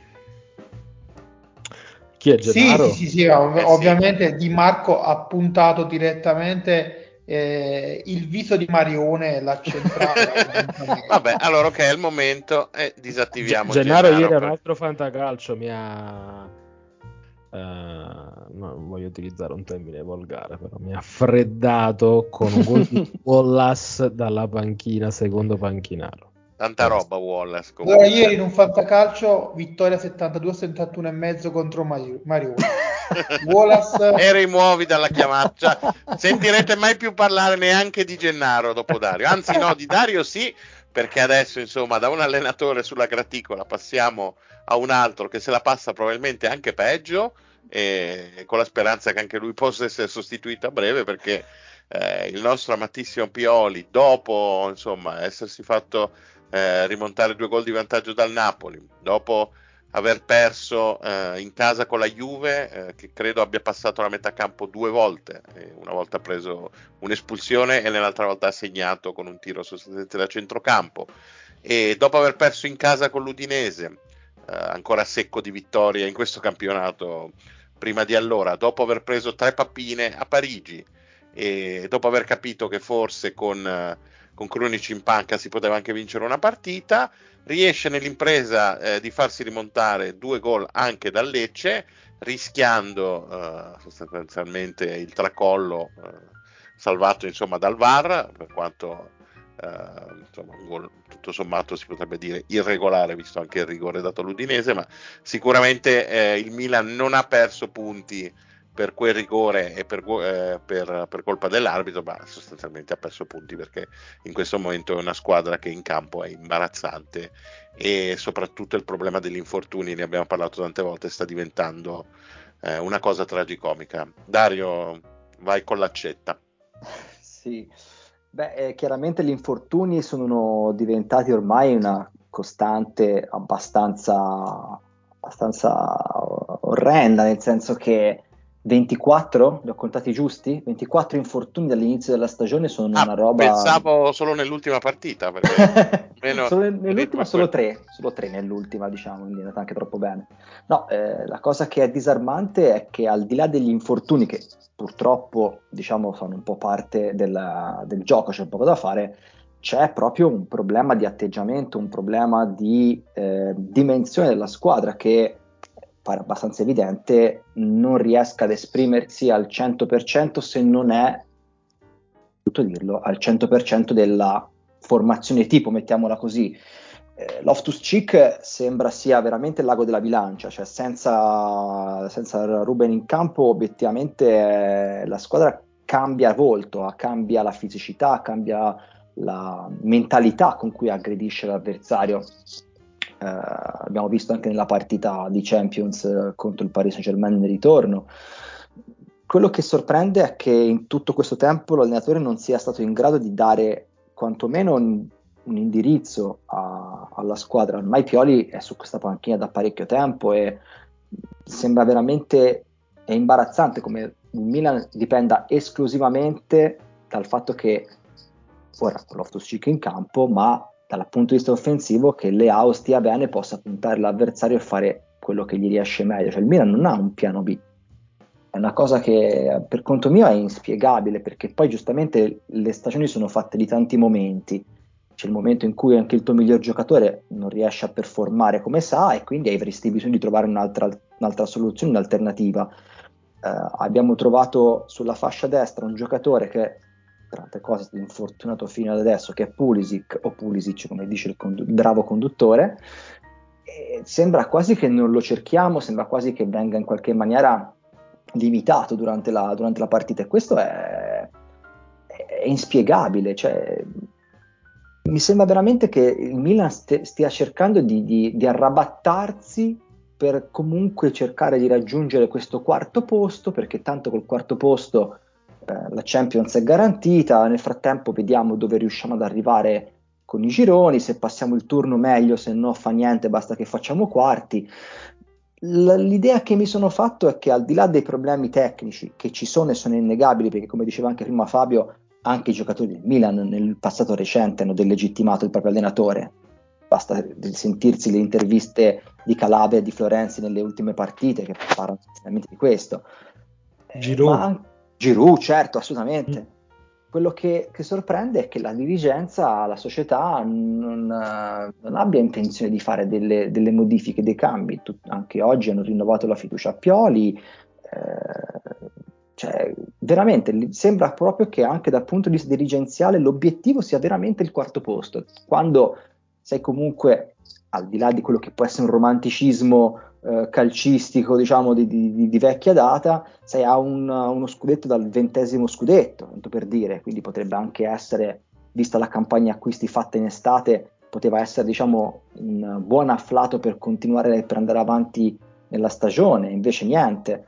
Chi è Gennaro?
Sì, ovviamente Di Marco ha puntato direttamente il viso di Marione e l'ha centrato.
Vabbè, allora ok, è il momento e disattiviamo
Gennaro ieri a un altro fantacalcio mi ha non voglio utilizzare un termine volgare, però mi ha freddato con un gol di Wallace dalla panchina, secondo panchinaro.
Tanta roba Wallace
comunque. Allora, ieri in un fantacalcio vittoria 72-71,5 contro Marione. Wallace
e rimuovi dalla chiamata, sentirete mai più parlare neanche di Gennaro dopo Dario, anzi no, di Dario sì, perché adesso insomma da un allenatore sulla graticola passiamo a un altro che se la passa probabilmente anche peggio, e con la speranza che anche lui possa essere sostituito a breve, perché il nostro amatissimo Pioli, dopo insomma essersi fatto rimontare 2 gol di vantaggio dal Napoli, dopo aver perso in casa con la Juve, che credo abbia passato la metà campo 2 volte, una volta ha preso un'espulsione e nell'altra volta ha segnato con un tiro sostanzialmente da centrocampo, e dopo aver perso in casa con l'Udinese, ancora secco di vittorie in questo campionato prima di allora, dopo aver preso 3 pappine a Parigi, e dopo aver capito che forse con Krunic in panca si poteva anche vincere una partita, riesce nell'impresa di farsi rimontare 2 gol anche dal Lecce, rischiando sostanzialmente il tracollo salvato insomma dal VAR, per quanto insomma un gol tutto sommato si potrebbe dire irregolare, visto anche il rigore dato all'Udinese, ma sicuramente il Milan non ha perso punti per quel rigore e per colpa dell'arbitro, ma sostanzialmente ha perso punti perché in questo momento è una squadra che in campo è imbarazzante, e soprattutto il problema degli infortuni, ne abbiamo parlato tante volte, sta diventando una cosa tragicomica. Dario, vai con l'accetta.
Sì, beh, chiaramente gli infortuni sono diventati ormai una costante abbastanza orrenda, nel senso che 24, li ho contati giusti? 24 infortuni dall'inizio della stagione sono una roba...
Pensavo solo nell'ultima partita, perché
nell'ultima solo tre nell'ultima, diciamo, quindi è andata anche troppo bene. No, la cosa che è disarmante è che al di là degli infortuni, che purtroppo, diciamo, sono un po' parte del gioco, c'è poco da fare, c'è proprio un problema di atteggiamento, un problema di dimensione della squadra che pare abbastanza evidente non riesca ad esprimersi al 100%, se non è, tutto dirlo, al 100% della formazione tipo, mettiamola così. Loftus-Cheek sembra sia veramente il lago della bilancia, cioè senza Ruben in campo obiettivamente la squadra cambia volto, cambia la fisicità, cambia la mentalità con cui aggredisce l'avversario. Abbiamo visto anche nella partita di Champions contro il Paris Saint-Germain nel ritorno. Quello che sorprende è che in tutto questo tempo l'allenatore non sia stato in grado di dare quantomeno un indirizzo alla squadra. Ormai Pioli è su questa panchina da parecchio tempo e sembra veramente imbarazzante come il Milan dipenda esclusivamente dal fatto che ora Loftus-Cheek in campo, ma dal punto di vista offensivo che Leao stia bene, possa puntare l'avversario e fare quello che gli riesce meglio. Cioè il Milan non ha un piano B. È una cosa che per conto mio è inspiegabile, perché poi giustamente le stagioni sono fatte di tanti momenti. C'è il momento in cui anche il tuo miglior giocatore non riesce a performare come sa e quindi avresti bisogno di trovare un'altra soluzione, un'alternativa. Abbiamo trovato sulla fascia destra un giocatore che, tra altre cose, è infortunato fino ad adesso, che è Pulisic, o Pulisic come dice il bravo conduttore, e sembra quasi che non lo cerchiamo, sembra quasi che venga in qualche maniera limitato durante la partita, e questo è inspiegabile. Cioè, mi sembra veramente che il Milan stia cercando di arrabattarsi per comunque cercare di raggiungere questo quarto posto, perché tanto col quarto posto la Champions è garantita. Nel frattempo vediamo dove riusciamo ad arrivare con i gironi, se passiamo il turno meglio, se no fa niente, basta che facciamo quarti. L'idea che mi sono fatto è che al di là dei problemi tecnici che ci sono e sono innegabili, perché come diceva anche prima Fabio, anche i giocatori del Milan nel passato recente hanno delegittimato il proprio allenatore. Basta sentirsi le interviste di Calabria e di Florenzi nelle ultime partite che parlano di questo. Giroud, certo, assolutamente. Quello che sorprende è che la dirigenza, la società non abbia intenzione di fare delle modifiche, dei cambi. Anche oggi hanno rinnovato la fiducia a Pioli. Cioè, veramente sembra proprio che anche dal punto di vista dirigenziale l'obiettivo sia veramente il quarto posto, quando sei comunque, al di là di quello che può essere un romanticismo calcistico, diciamo, di vecchia data, sei a uno scudetto dal 20° scudetto, tanto per dire, quindi potrebbe anche essere, vista la campagna acquisti fatta in estate, poteva essere, diciamo, un buon afflato per continuare, per andare avanti nella stagione, invece niente.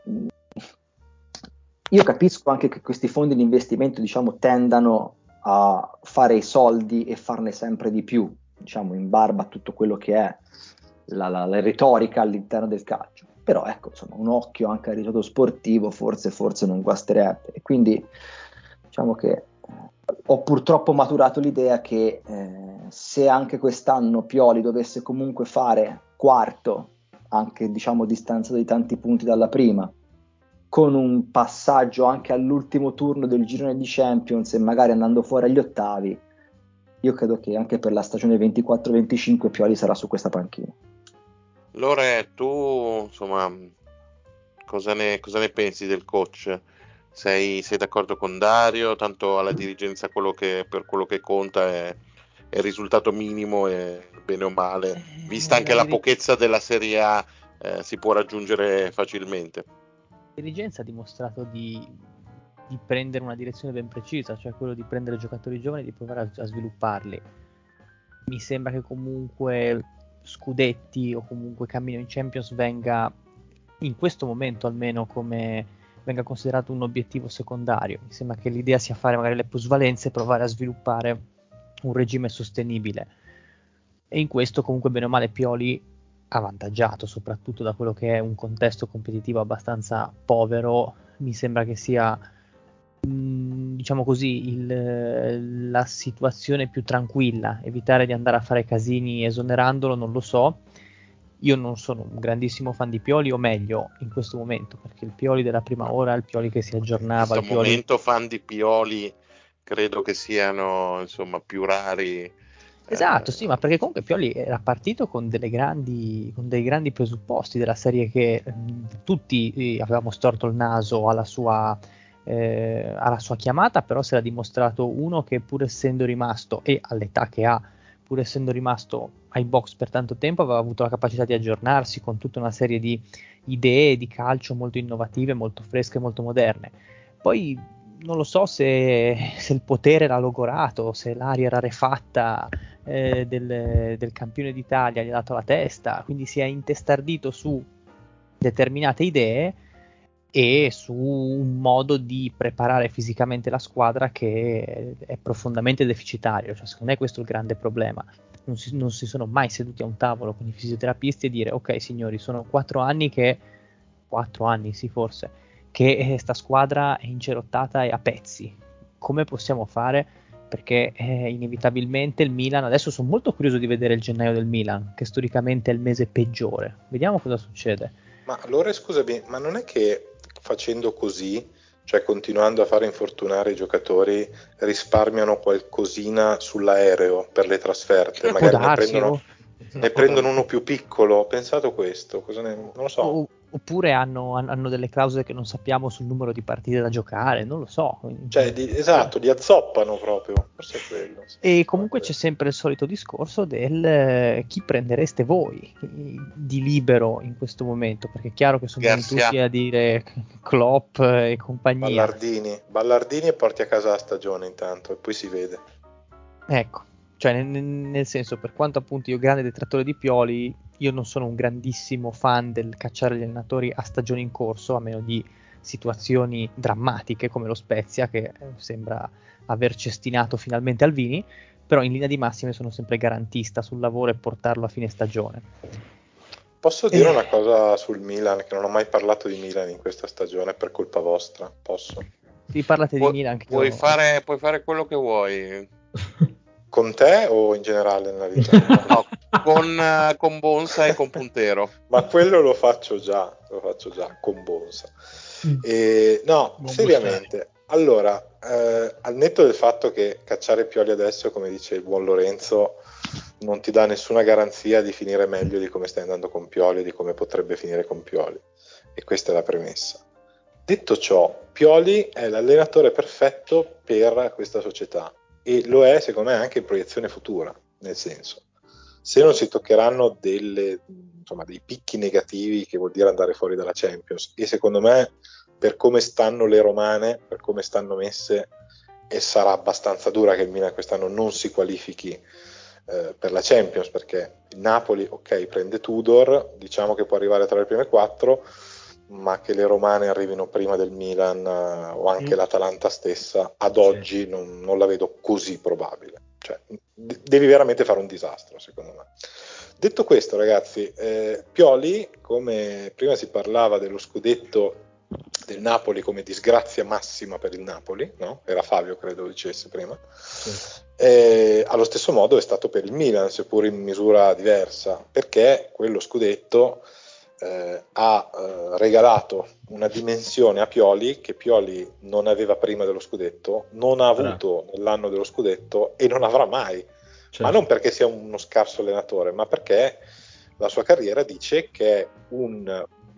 Io capisco anche che questi fondi di investimento, diciamo, tendano a fare i soldi e farne sempre di più, diciamo, in barba a tutto quello che è la retorica all'interno del calcio. Però ecco, insomma, un occhio anche al risultato sportivo forse non guasterebbe. E quindi diciamo che ho purtroppo maturato l'idea che se anche quest'anno Pioli dovesse comunque fare quarto, anche, diciamo, distanziato di tanti punti dalla prima, con un passaggio anche all'ultimo turno del girone di Champions e magari andando fuori agli ottavi, io credo che anche per la stagione 24-25 Pioli sarà su questa panchina.
Lore, tu insomma cosa ne pensi del coach? sei d'accordo con Dario? Tanto alla dirigenza per quello che conta è il risultato minimo e bene o male, vista anche la pochezza della Serie A, si può raggiungere facilmente.
La dirigenza ha dimostrato di prendere una direzione ben precisa, cioè quello di prendere giocatori giovani e di provare a svilupparli. Mi sembra che comunque scudetti o comunque cammino in Champions venga, in questo momento almeno, come venga considerato un obiettivo secondario. Mi sembra che l'idea sia fare magari le plusvalenze e provare a sviluppare un regime sostenibile, e in questo comunque bene o male Pioli ha avvantaggiato, soprattutto da quello che è un contesto competitivo abbastanza povero. Mi sembra che sia, diciamo così, la situazione più tranquilla, evitare di andare a fare casini esonerandolo, non lo so. Io non sono un grandissimo fan di Pioli, o meglio, in questo momento, perché il Pioli della prima ora, il Pioli che si aggiornava,
in questo momento fan di Pioli credo che siano, insomma, più rari.
Esatto, sì, ma perché comunque Pioli era partito con dei grandi presupposti della serie, che tutti avevamo storto il naso alla sua chiamata, però si era dimostrato uno che, pur essendo rimasto, e all'età che ha, pur essendo rimasto ai box per tanto tempo, aveva avuto la capacità di aggiornarsi con tutta una serie di idee di calcio molto innovative, molto fresche, molto moderne. Poi non lo so se il potere l'ha logorato, se l'aria rarefatta del campione d'Italia gli ha dato la testa, quindi si è intestardito su determinate idee e su un modo di preparare fisicamente la squadra che è profondamente deficitario. Cioè, secondo me questo è il grande problema. Non si sono mai seduti a un tavolo con i fisioterapisti e dire: ok signori, sono 4 anni che sta squadra è incerottata e a pezzi, come possiamo fare? Perché inevitabilmente il Milan, adesso sono molto curioso di vedere il gennaio del Milan, che storicamente è il mese peggiore. Vediamo cosa succede.
Ma allora scusami, ma non è che facendo così, cioè continuando a fare infortunare i giocatori, risparmiano qualcosina sull'aereo per le trasferte? Magari ne prendono uno più piccolo. Ho pensato questo, non lo so.
Oppure hanno delle clausole che non sappiamo sul numero di partite da giocare, non lo so.
Cioè, esatto, li azzoppano proprio, forse è quello. Sì.
E comunque c'è sempre il solito discorso del chi prendereste voi di libero in questo momento, perché è chiaro che sono venuti tutti a dire Klopp e compagnia.
Ballardini e porti a casa la stagione intanto e poi si vede.
Ecco, cioè nel senso, per quanto appunto io grande detrattore di Pioli, io non sono un grandissimo fan del cacciare gli allenatori a stagione in corso, a meno di situazioni drammatiche come lo Spezia, che sembra aver cestinato finalmente Alvini, però in linea di massima sono sempre garantista sul lavoro e portarlo a fine stagione.
Posso dire una cosa sul Milan, che non ho mai parlato di Milan in questa stagione per colpa vostra? Posso?
Sì, parlate di Milan.
Puoi fare quello che vuoi.
Con te o in generale nella vita?
No, con Bonsa e con Puntero.
Ma quello lo faccio già con Bonsa. No, buon seriamente. Bustare. Allora, al netto del fatto che cacciare Pioli adesso, come dice il buon Lorenzo, non ti dà nessuna garanzia di finire meglio di come stai andando con Pioli e di come potrebbe finire con Pioli. E questa è la premessa. Detto ciò, Pioli è l'allenatore perfetto per questa società. E lo è secondo me anche in proiezione futura, nel senso, se non si toccheranno dei picchi negativi, che vuol dire andare fuori dalla Champions, e secondo me per come stanno le romane, per come stanno messe, e sarà abbastanza dura che il Milan quest'anno non si qualifichi per la Champions, perché il Napoli prende Tudor, diciamo che può arrivare tra le prime 4, ma che le romane arrivino prima del Milan o anche l'Atalanta stessa, ad oggi non la vedo così probabile. Cioè, devi veramente fare un disastro, secondo me. Detto questo, ragazzi, Pioli, come prima si parlava dello scudetto del Napoli come disgrazia massima per il Napoli, no? Era Fabio, credo dicesse prima. Allo stesso modo è stato per il Milan, seppur in misura diversa, perché quello scudetto ha regalato una dimensione a Pioli che Pioli non aveva prima dello scudetto, non ha avuto nell'anno dello scudetto e non avrà mai, ma non perché sia uno scarso allenatore, ma perché la sua carriera dice che è un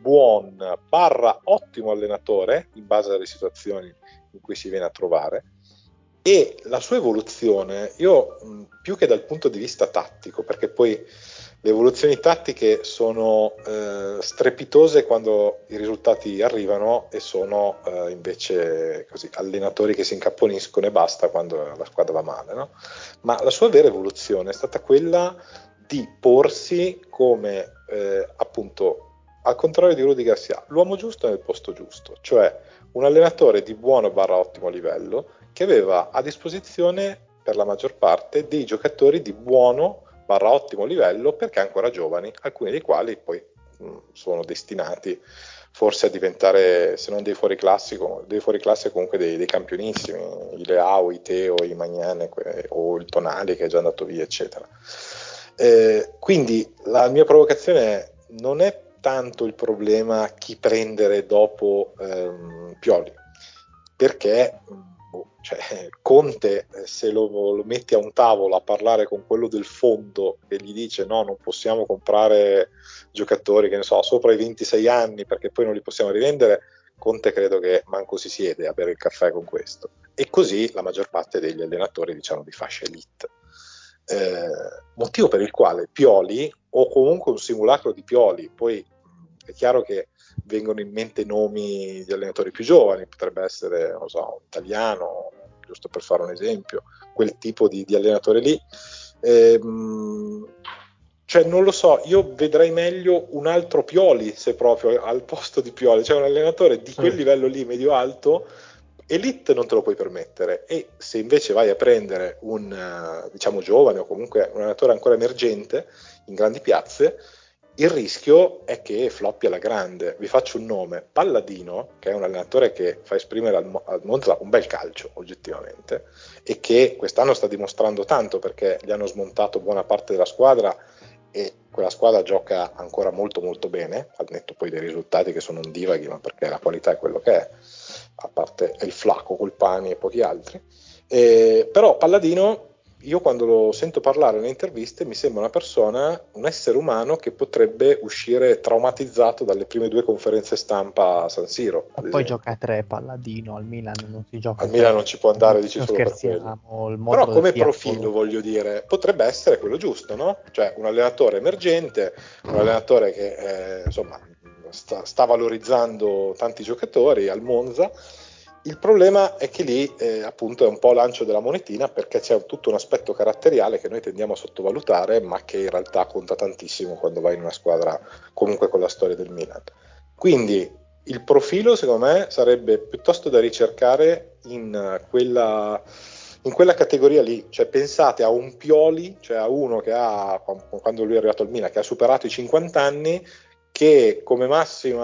buon / ottimo allenatore in base alle situazioni in cui si viene a trovare, e la sua evoluzione, io più che dal punto di vista tattico, perché poi le evoluzioni tattiche sono strepitose quando i risultati arrivano e sono invece così allenatori che si incapponiscono e basta quando la squadra va male, no? Ma la sua vera evoluzione è stata quella di porsi come appunto, al contrario di Rudy Garcia, l'uomo giusto nel posto giusto, cioè un allenatore di buono / ottimo livello che aveva a disposizione per la maggior parte dei giocatori di buono / ottimo livello, perché ancora giovani, alcuni dei quali poi sono destinati forse a diventare, se non dei fuoriclasse, comunque dei campionissimi, i Leao, i Teo, i Magnan o il Tonali che è già andato via, eccetera. Quindi la mia provocazione non è tanto il problema chi prendere dopo Pioli, perché cioè, Conte, se lo metti a un tavolo a parlare con quello del fondo che gli dice no, non possiamo comprare giocatori che ne so sopra i 26 anni perché poi non li possiamo rivendere, Conte credo che manco si siede a bere il caffè con questo, e così la maggior parte degli allenatori, diciamo, di fascia elite, motivo per il quale Pioli, o comunque un simulacro di Pioli, poi è chiaro che vengono in mente nomi di allenatori più giovani, potrebbe essere, non so, un italiano, giusto per fare un esempio, quel tipo di allenatore lì. Cioè, non lo so, io vedrei meglio un altro Pioli, se proprio, al posto di Pioli, cioè un allenatore di quel livello lì, medio-alto. Elite non te lo puoi permettere, e se invece vai a prendere un diciamo giovane o comunque un allenatore ancora emergente in grandi piazze, il rischio è che floppi alla grande. Vi faccio un nome: Palladino, che è un allenatore che fa esprimere al Monza un bel calcio oggettivamente, e che quest'anno sta dimostrando tanto perché gli hanno smontato buona parte della squadra e quella squadra gioca ancora molto molto bene, al netto poi dei risultati che sono un divaghi, ma perché la qualità è quello che è, a parte il Flacco, Colpani e pochi altri. Però Palladino, io quando lo sento parlare nelle interviste mi sembra una persona, un essere umano che potrebbe uscire traumatizzato dalle prime 2 conferenze stampa a San Siro.
Poi gioca a 3 Palladino, al Milan non si gioca
al Milan non ci può andare, dici
non
solo per quello. Però come profilo, voglio dire, potrebbe essere quello giusto, no? Cioè un allenatore emergente, un allenatore che insomma sta valorizzando tanti giocatori al Monza. Il problema è che lì appunto è un po' lancio della monetina, perché c'è tutto un aspetto caratteriale che noi tendiamo a sottovalutare, ma che in realtà conta tantissimo quando vai in una squadra comunque con la storia del Milan. Quindi il profilo, secondo me, sarebbe piuttosto da ricercare in quella categoria lì. Cioè pensate a un Pioli, cioè a uno che ha, quando lui è arrivato al Milan, che ha superato i 50 anni, che come massimo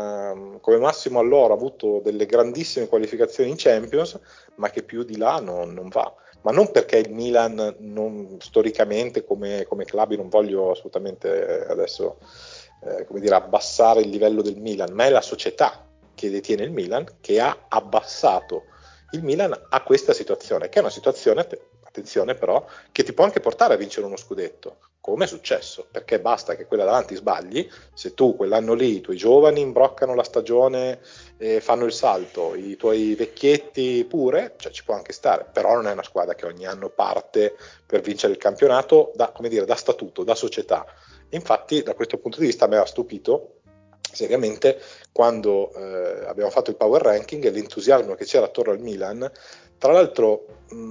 allora ha avuto delle grandissime qualificazioni in Champions, ma che più di là non va. Ma non perché il Milan storicamente come club, non voglio assolutamente adesso come dire, abbassare il livello del Milan, ma è la società che detiene il Milan che ha abbassato il Milan a questa situazione, che è una situazione, attenzione però, che ti può anche portare a vincere uno scudetto, come è successo, perché basta che quella davanti sbagli, se tu quell'anno lì i tuoi giovani imbroccano la stagione e fanno il salto, i tuoi vecchietti pure, cioè ci può anche stare, però non è una squadra che ogni anno parte per vincere il campionato da statuto, da società. Infatti da questo punto di vista mi ha stupito seriamente quando abbiamo fatto il power ranking e l'entusiasmo che c'era attorno al Milan, tra l'altro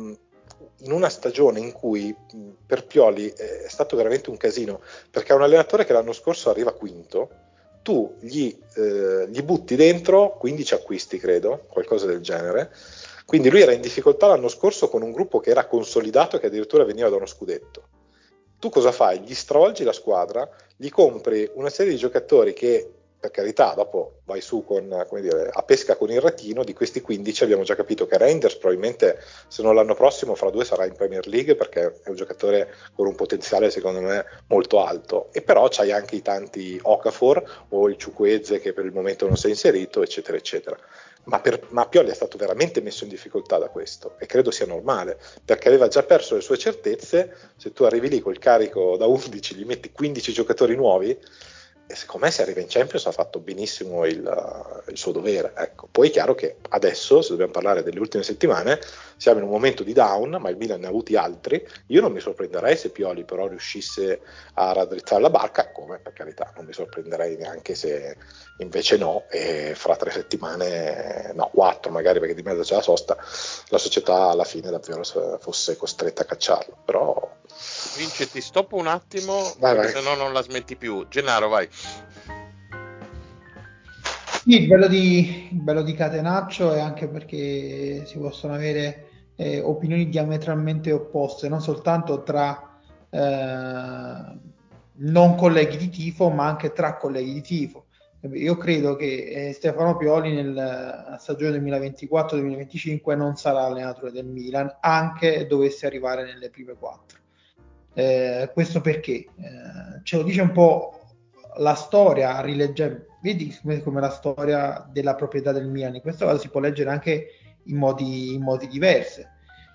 in una stagione in cui per Pioli è stato veramente un casino, perché è un allenatore che l'anno scorso arriva quinto, tu gli butti dentro 15 acquisti, credo, qualcosa del genere, quindi lui era in difficoltà l'anno scorso con un gruppo che era consolidato e che addirittura veniva da uno scudetto. Tu cosa fai? Gli stravolgi la squadra, gli compri una serie di giocatori che, per carità, dopo vai su con, come dire, a pesca con il retino. Di questi 15 abbiamo già capito che Reinders probabilmente, se non l'anno prossimo, fra 2 sarà in Premier League, perché è un giocatore con un potenziale secondo me molto alto, e però c'hai anche i tanti Okafor o il Chukwueze che per il momento non si è inserito, eccetera eccetera. Ma Pioli è stato veramente messo in difficoltà da questo, e credo sia normale, perché aveva già perso le sue certezze. Se tu arrivi lì col carico da 11, gli metti 15 giocatori nuovi, e secondo me se arriva in Champions ha fatto benissimo il suo dovere, ecco. Poi è chiaro che adesso, se dobbiamo parlare delle ultime settimane, siamo in un momento di down, ma il Milan ne ha avuti altri. Io non mi sorprenderei se Pioli però riuscisse a raddrizzare la barca, come per carità non mi sorprenderei neanche se invece no, e fra 3 settimane, no 4 magari, perché di mezzo c'è la sosta, la società alla fine davvero fosse costretta a cacciarlo. Però
Vince, ti stoppo un attimo,
vai.
se no non la smetti più. Gennaro, vai.
Sì, il bello di Catenaccio è anche perché si possono avere opinioni diametralmente opposte, non soltanto tra non colleghi di tifo, ma anche tra colleghi di tifo. Io credo che Stefano Pioli nella stagione 2024-2025 non sarà allenatore del Milan, anche dovesse arrivare nelle prime 4. Questo perché ce lo dice un po' la storia, rileggendo, vedi come la storia della proprietà del Milan in questo caso si può leggere anche in modi diversi,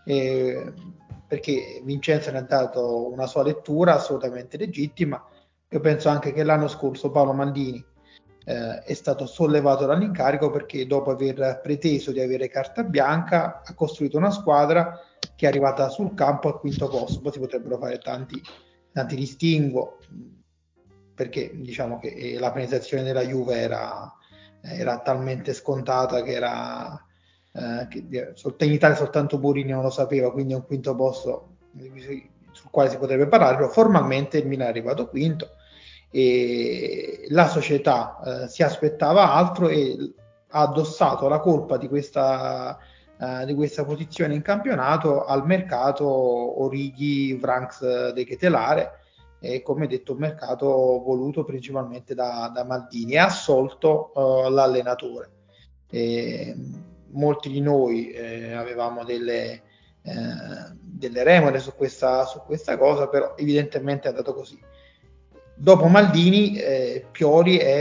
perché Vincenzo ne ha dato una sua lettura assolutamente legittima. Io penso anche che l'anno scorso Paolo Maldini è stato sollevato dall'incarico perché dopo aver preteso di avere carta bianca ha costruito una squadra che è arrivata sul campo al quinto posto. Poi si potrebbero fare tanti distinguo, perché diciamo che la penetrazione della Juve era talmente scontata che era che in Italia soltanto Burini non lo sapeva, quindi è un quinto posto sul quale si potrebbe parlare, però formalmente il Milan è arrivato quinto e la società si aspettava altro e ha addossato la colpa di questa posizione in campionato al mercato Origi Vranks De Ketelare, e come detto un mercato voluto principalmente da Maldini, e ha assolto l'allenatore. Molti di noi avevamo delle remore su questa cosa, però evidentemente è andato così. Dopo Maldini, Pioli è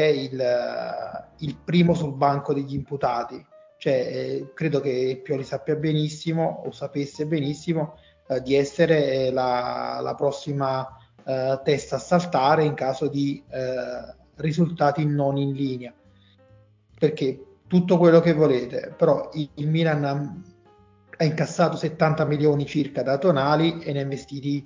il primo sul banco degli imputati, cioè credo che Pioli sappia benissimo o sapesse benissimo di essere la prossima testa a saltare in caso di risultati non in linea, perché tutto quello che volete, però il Milan ha incassato 70 milioni circa da Tonali e ne ha investiti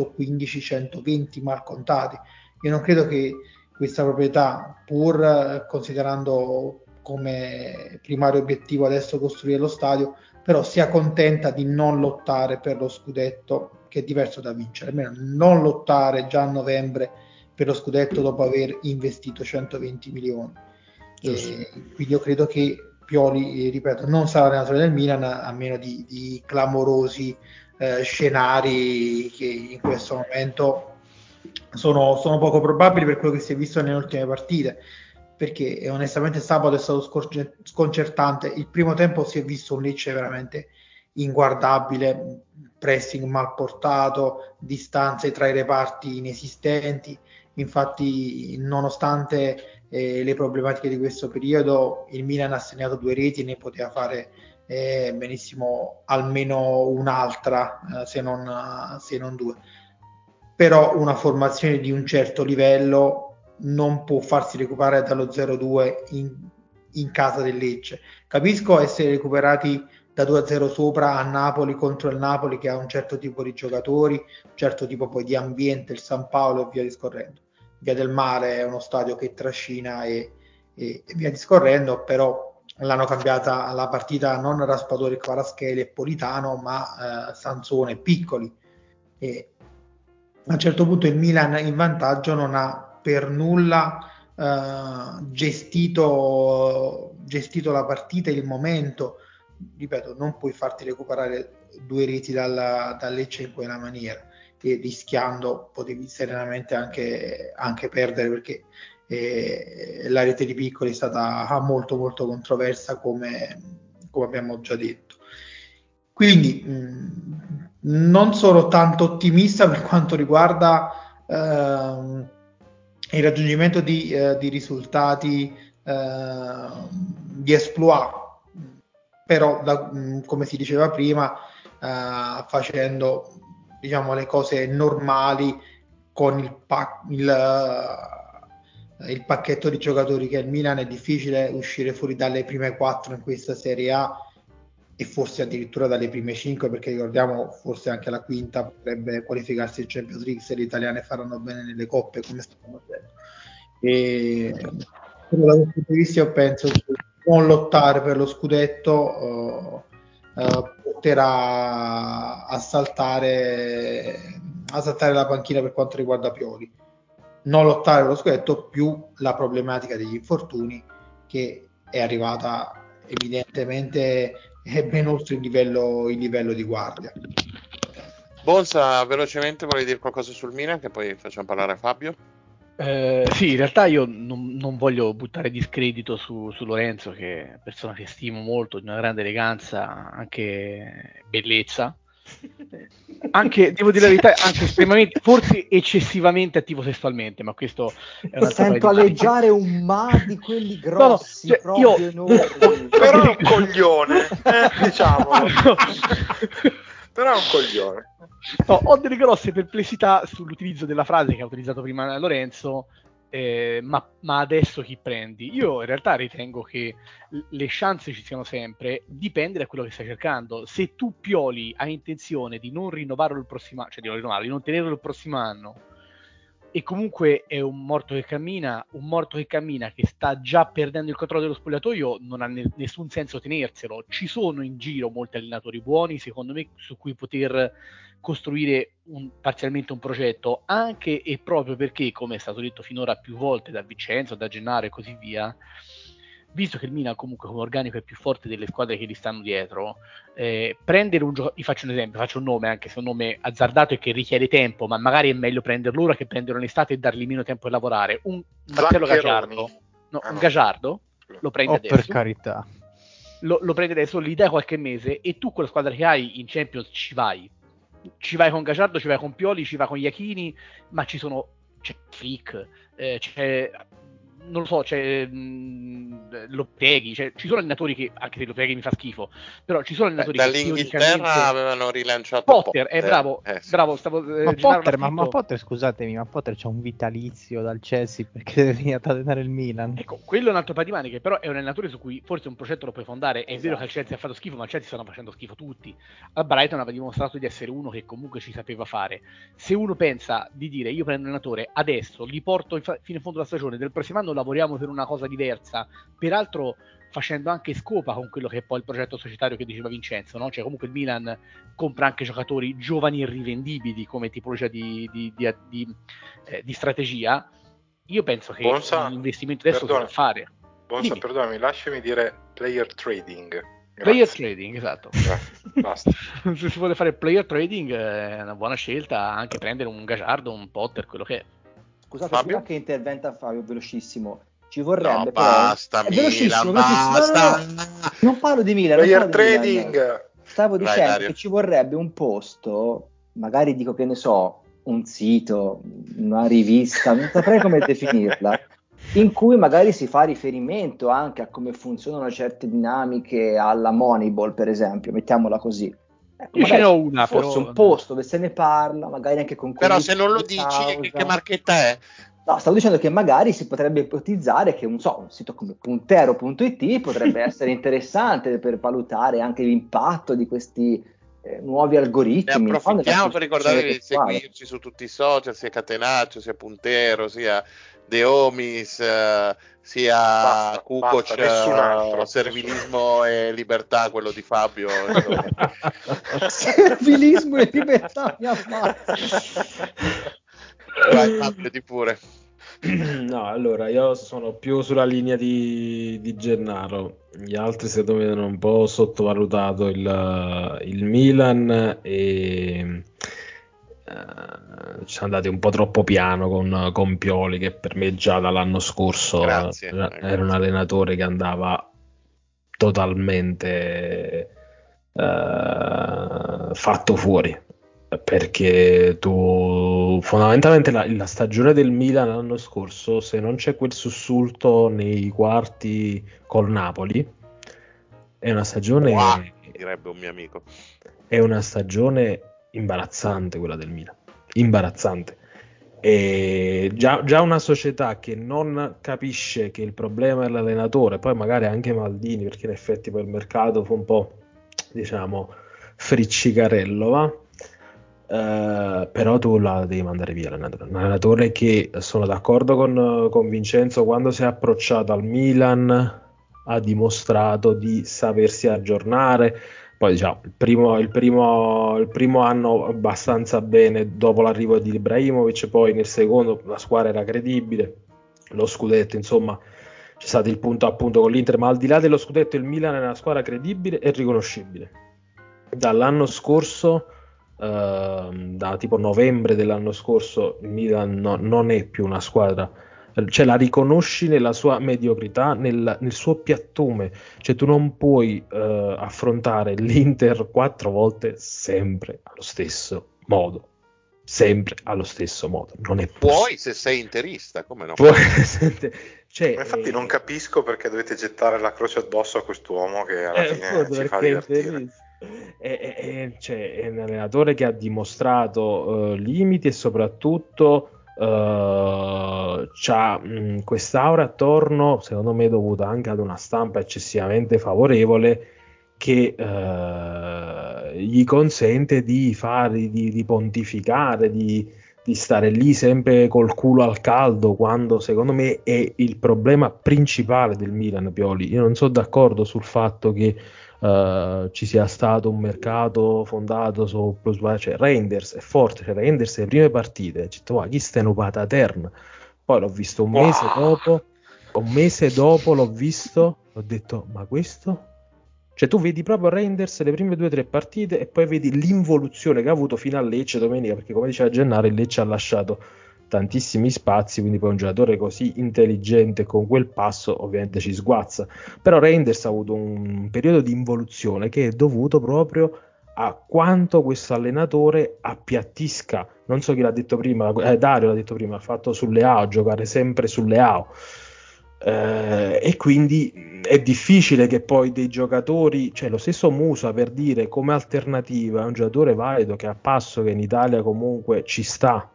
115-120 mal contati. Io non credo che questa proprietà, pur considerando come primario obiettivo adesso costruire lo stadio, però sia contenta di non lottare per lo scudetto, che è diverso da vincere, almeno non lottare già a novembre per lo scudetto dopo aver investito 120 milioni. Quindi io credo che Pioli, ripeto, non sarà allenatore del Milan a meno di clamorosi scenari che in questo momento sono poco probabili per quello che si è visto nelle ultime partite, perché onestamente sabato è stato sconcertante. Il primo tempo si è visto un Lecce veramente inguardabile, pressing mal portato, distanze tra i reparti inesistenti. Infatti, nonostante le problematiche di questo periodo, il Milan ha segnato 2 reti e ne poteva fare benissimo almeno un'altra, se non 2. Però una formazione di un certo livello non può farsi recuperare dallo 0-2 in casa del Lecce. Capisco essere recuperati da 2-0 sopra a Napoli contro il Napoli, che ha un certo tipo di giocatori, un certo tipo poi di ambiente, il San Paolo e via discorrendo. Via del Mare è uno stadio che trascina e via discorrendo, però l'hanno cambiata la partita non Raspadori, Kvaratskhelia e Politano, ma Sansone, piccoli. E a un certo punto il Milan in vantaggio non ha per nulla gestito la partita, il momento. Ripeto, non puoi farti recuperare 2 reti dal Lecce in quella maniera, e rischiando potevi serenamente anche perdere, perché la rete di Piccoli è stata molto molto controversa, come abbiamo già detto. Quindi non sono tanto ottimista per quanto riguarda il raggiungimento di risultati di exploit, però come si diceva prima, facendo diciamo le cose normali con il pacchetto di giocatori che è il Milan, è difficile uscire fuori dalle prime 4 in questa Serie A e forse addirittura dalle prime 5, perché ricordiamo forse anche la quinta potrebbe qualificarsi in Champions League se le italiane faranno bene nelle coppe, come stanno facendo. E da questo punto di vista io penso che non lottare per lo scudetto porterà a saltare la panchina per quanto riguarda Pioli. Non lottare per lo scudetto più la problematica degli infortuni, che è arrivata evidentemente ben oltre il livello di guardia.
Bonsa, velocemente volevi dire qualcosa sul Milan, che poi facciamo parlare a Fabio?
Sì, in realtà io non voglio buttare discredito su Lorenzo, che è una persona che stimo molto, di una grande eleganza, anche bellezza, anche, devo dire la verità, anche estremamente, forse eccessivamente attivo sessualmente, ma questo è un altro
Sento alleggiare un ma di quelli grossi,
cioè,
proprio enormi.
Però è un coglione, diciamolo. Però è un coglione.
No, ho delle grosse perplessità sull'utilizzo della frase che ha utilizzato prima Lorenzo, ma adesso chi prendi? Io in realtà ritengo che le chance ci siano sempre, dipende da quello che stai cercando. Se tu, Pioli, hai intenzione di non rinnovarlo il prossimo anno, cioè di non tenerlo il prossimo anno, e comunque è un morto che cammina che sta già perdendo il controllo dello spogliatoio, non ha nessun senso tenerselo. Ci sono in giro molti allenatori buoni, secondo me, su cui poter costruire parzialmente un progetto, anche e proprio perché, come è stato detto finora più volte da Vincenzo, da Gennaro e così via, visto che il Milan comunque come organico è più forte delle squadre che gli stanno dietro, prendere un giocatore, vi faccio un esempio, faccio un nome, anche se è un nome azzardato e che richiede tempo, ma magari è meglio prenderlo ora che prenderlo in estate e dargli meno tempo per lavorare, un Marcello Gagliardo, un Gagliardo, lo prendi adesso,
per carità,
lo prendi adesso, gli dai qualche mese e tu con la squadra che hai in Champions ci vai con Gagliardo, ci vai con Pioli, ci vai con Iachini, ma c'è Flick, c'è non lo so, c'è Lopetegui, ci sono allenatori che, anche se Lopetegui mi fa schifo, però ci sono allenatori che
dall'Inghilterra avevano rilanciato
Potter. Bravo, stavo
ma Potter, scusatemi, ma Potter c'ha un vitalizio dal Chelsea perché deve venire ad allenare il Milan.
Ecco, quello è un altro paio di maniche, però è un allenatore su cui forse un progetto lo puoi fondare. È vero che il Chelsea ha fatto schifo, ma il Chelsea stanno facendo schifo tutti. Al Brighton aveva dimostrato di essere uno che comunque ci sapeva fare. Se uno pensa di dire io prendo un allenatore adesso, li porto fino in fondo della stagione, del prossimo anno lavoriamo per una cosa diversa, peraltro facendo anche scopa con quello che è poi il progetto societario che diceva Vincenzo, no? Cioè comunque il Milan compra anche giocatori giovani e rivendibili come tipologia di strategia. Io penso che l'investimento adesso si può fare.
Bonsa, perdonami, lasciami dire player trading. Grazie.
Player trading, esatto.
Basta.
Se si vuole fare player trading è una buona scelta, anche prendere un Gagliardo, un Potter, quello che è.
Scusate, prima che interventa Fabio, velocissimo. Ci vorrebbe
basta Milan, basta.
No. Non parlo di Milan,
player trading.
Stavo dicendo che ci vorrebbe un posto, magari dico che ne so, un sito, una rivista, non saprei come definirla, in cui magari si fa riferimento anche a come funzionano certe dinamiche alla Moneyball, per esempio, mettiamola così.
Io ce ne ho una,
forse un posto dove se ne parla, magari anche con
però se non lo dici che marchetta è?
No, stavo dicendo che magari si potrebbe ipotizzare che un sito come puntero.it potrebbe essere interessante per valutare anche l'impatto di questi nuovi algoritmi.
Ne approfittiamo per ricordarvi di seguirci su tutti i social, sia Catenaccio, sia Puntero, sia The Homies, sia Kukoc, Servilismo e Libertà, quello di Fabio.
Servilismo e Libertà mi ammazza.
Vai Fabio, di pure.
No, allora io sono più sulla linea di Gennaro. Gli altri secondo me hanno un po' sottovalutato il Milan e ci andati un po' troppo piano con Pioli, che per me già dall'anno scorso era un allenatore che andava totalmente fatto fuori, perché tu fondamentalmente la stagione del Milan l'anno scorso, se non c'è quel sussulto nei quarti col Napoli, è una stagione,
direbbe un mio amico,
è una stagione imbarazzante quella del Milan, imbarazzante. E già una società che non capisce che il problema è l'allenatore, poi magari anche Maldini, perché in effetti poi il mercato fu un po', diciamo, friccicarello, va? Però tu la devi mandare via l'allenatore. Un allenatore che, sono d'accordo con Vincenzo, quando si è approcciato al Milan ha dimostrato di sapersi aggiornare. Poi diciamo, il primo anno abbastanza bene dopo l'arrivo di Ibrahimovic, poi nel secondo la squadra era credibile, lo scudetto insomma c'è stato il punto a punto con l'Inter, ma al di là dello scudetto il Milan è una squadra credibile e riconoscibile. Dall'anno scorso, da tipo novembre dell'anno scorso, il Milan non è più una squadra, cioè la riconosci nella sua mediocrità, nel suo piattume, cioè tu non puoi affrontare l'Inter 4 volte sempre allo stesso modo, non è
Puoi se sei interista, come no?
Cioè, infatti non capisco perché dovete gettare la croce addosso a quest'uomo che alla fine ci fa divertire.
È un allenatore che ha dimostrato limiti e soprattutto c'ha quest'aura attorno, secondo me dovuta anche ad una stampa eccessivamente favorevole, che gli consente di fare, di pontificare, di stare lì sempre col culo al caldo, quando secondo me è il problema principale del Milan, Pioli. Io non sono d'accordo sul fatto che ci sia stato un mercato fondato su plus, cioè Reinders è forte, cioè Reinders le prime partite, chi sta a terra. Poi l'ho visto un mese dopo l'ho visto, ho detto ma questo? Cioè tu vedi proprio Reinders le prime 2-3 partite e poi vedi l'involuzione che ha avuto fino a Lecce domenica, perché come diceva Gennaro il Lecce ha lasciato tantissimi spazi, quindi poi un giocatore così intelligente con quel passo ovviamente ci sguazza. Però Reinders ha avuto un periodo di involuzione che è dovuto proprio a quanto questo allenatore appiattisca, non so chi l'ha detto prima, Dario l'ha detto prima, ha fatto sulle AO, giocare sempre sulle AO. E quindi è difficile che poi dei giocatori, cioè lo stesso Musa per dire come alternativa è un giocatore valido che a passo che in Italia comunque ci sta.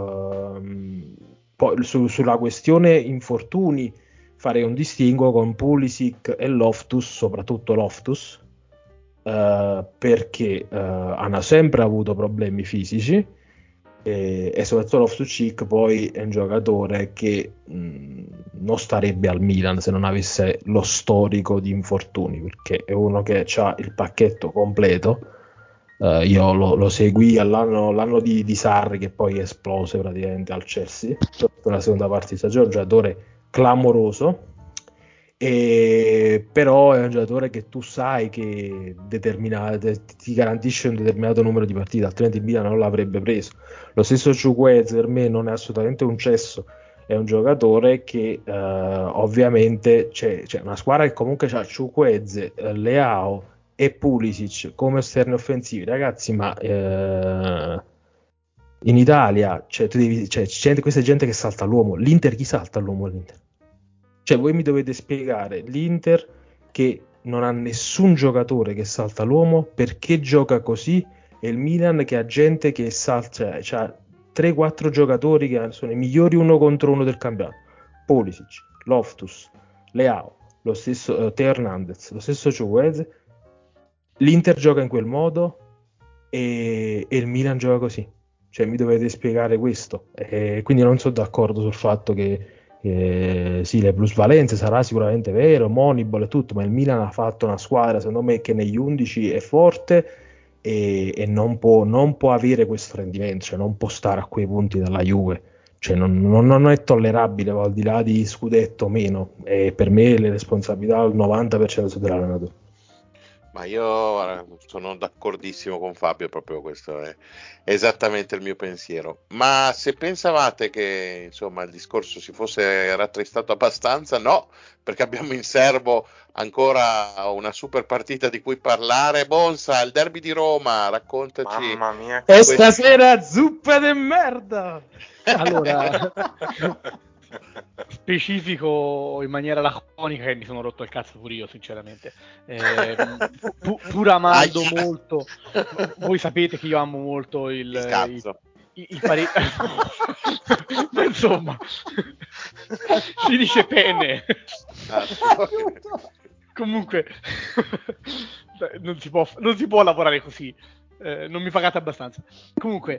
Poi sulla questione infortuni farei un distinguo con Pulisic e Loftus, soprattutto Loftus, perché hanno sempre avuto problemi fisici. E soprattutto Loftus-Cheek poi è un giocatore che non starebbe al Milan se non avesse lo storico di infortuni, perché è uno che ha il pacchetto completo. Io lo seguì l'anno di Sarri, che poi esplose praticamente al Chelsea nella seconda parte di stagione, un giocatore clamoroso. Però è un giocatore che tu sai che ti garantisce un determinato numero di partite, altrimenti il Milan non l'avrebbe preso. Lo stesso Chukwueze per me non è assolutamente un cesso, è un giocatore che ovviamente c'è una squadra che comunque ha Chukwueze, Leao e Pulisic come esterni offensivi, ragazzi, ma in Italia c'è questa gente che salta all'uomo. L'Inter chi salta all'uomo all'Inter? Cioè voi mi dovete spiegare l'Inter che non ha nessun giocatore che salta l'uomo, perché gioca così, e il Milan che ha gente che salta, cioè ha 3-4 giocatori che sono i migliori uno contro uno del campionato. Pulisic, Loftus, Leao, lo stesso Teo Hernandez, lo stesso Chukwueze. L'Inter gioca in quel modo e il Milan gioca così. Cioè mi dovete spiegare questo. Quindi non sono d'accordo sul fatto che sì, le plusvalenze sarà sicuramente vero, Moneyball e tutto, ma il Milan ha fatto una squadra secondo me che negli 11 è forte e non può avere questo rendimento, cioè non può stare a quei punti dalla Juve, cioè non è tollerabile, al di là di scudetto o meno, e per me le responsabilità al 90% sono dell'allenatore.
Ma io sono d'accordissimo con Fabio, proprio questo è esattamente il mio pensiero. Ma se pensavate che insomma il discorso si fosse rattristato abbastanza, no, perché abbiamo in serbo ancora una super partita di cui parlare. Bonsa, il derby di Roma, raccontaci.
Mamma mia.
E stasera zuppa de merda!
Allora, specifico in maniera laconica che mi sono rotto il cazzo pure io, sinceramente. Pur amando molto, voi sapete che io amo molto il
cazzo.
il pareggio insomma si dice pene. Comunque non si può lavorare così, non mi pagate abbastanza. Comunque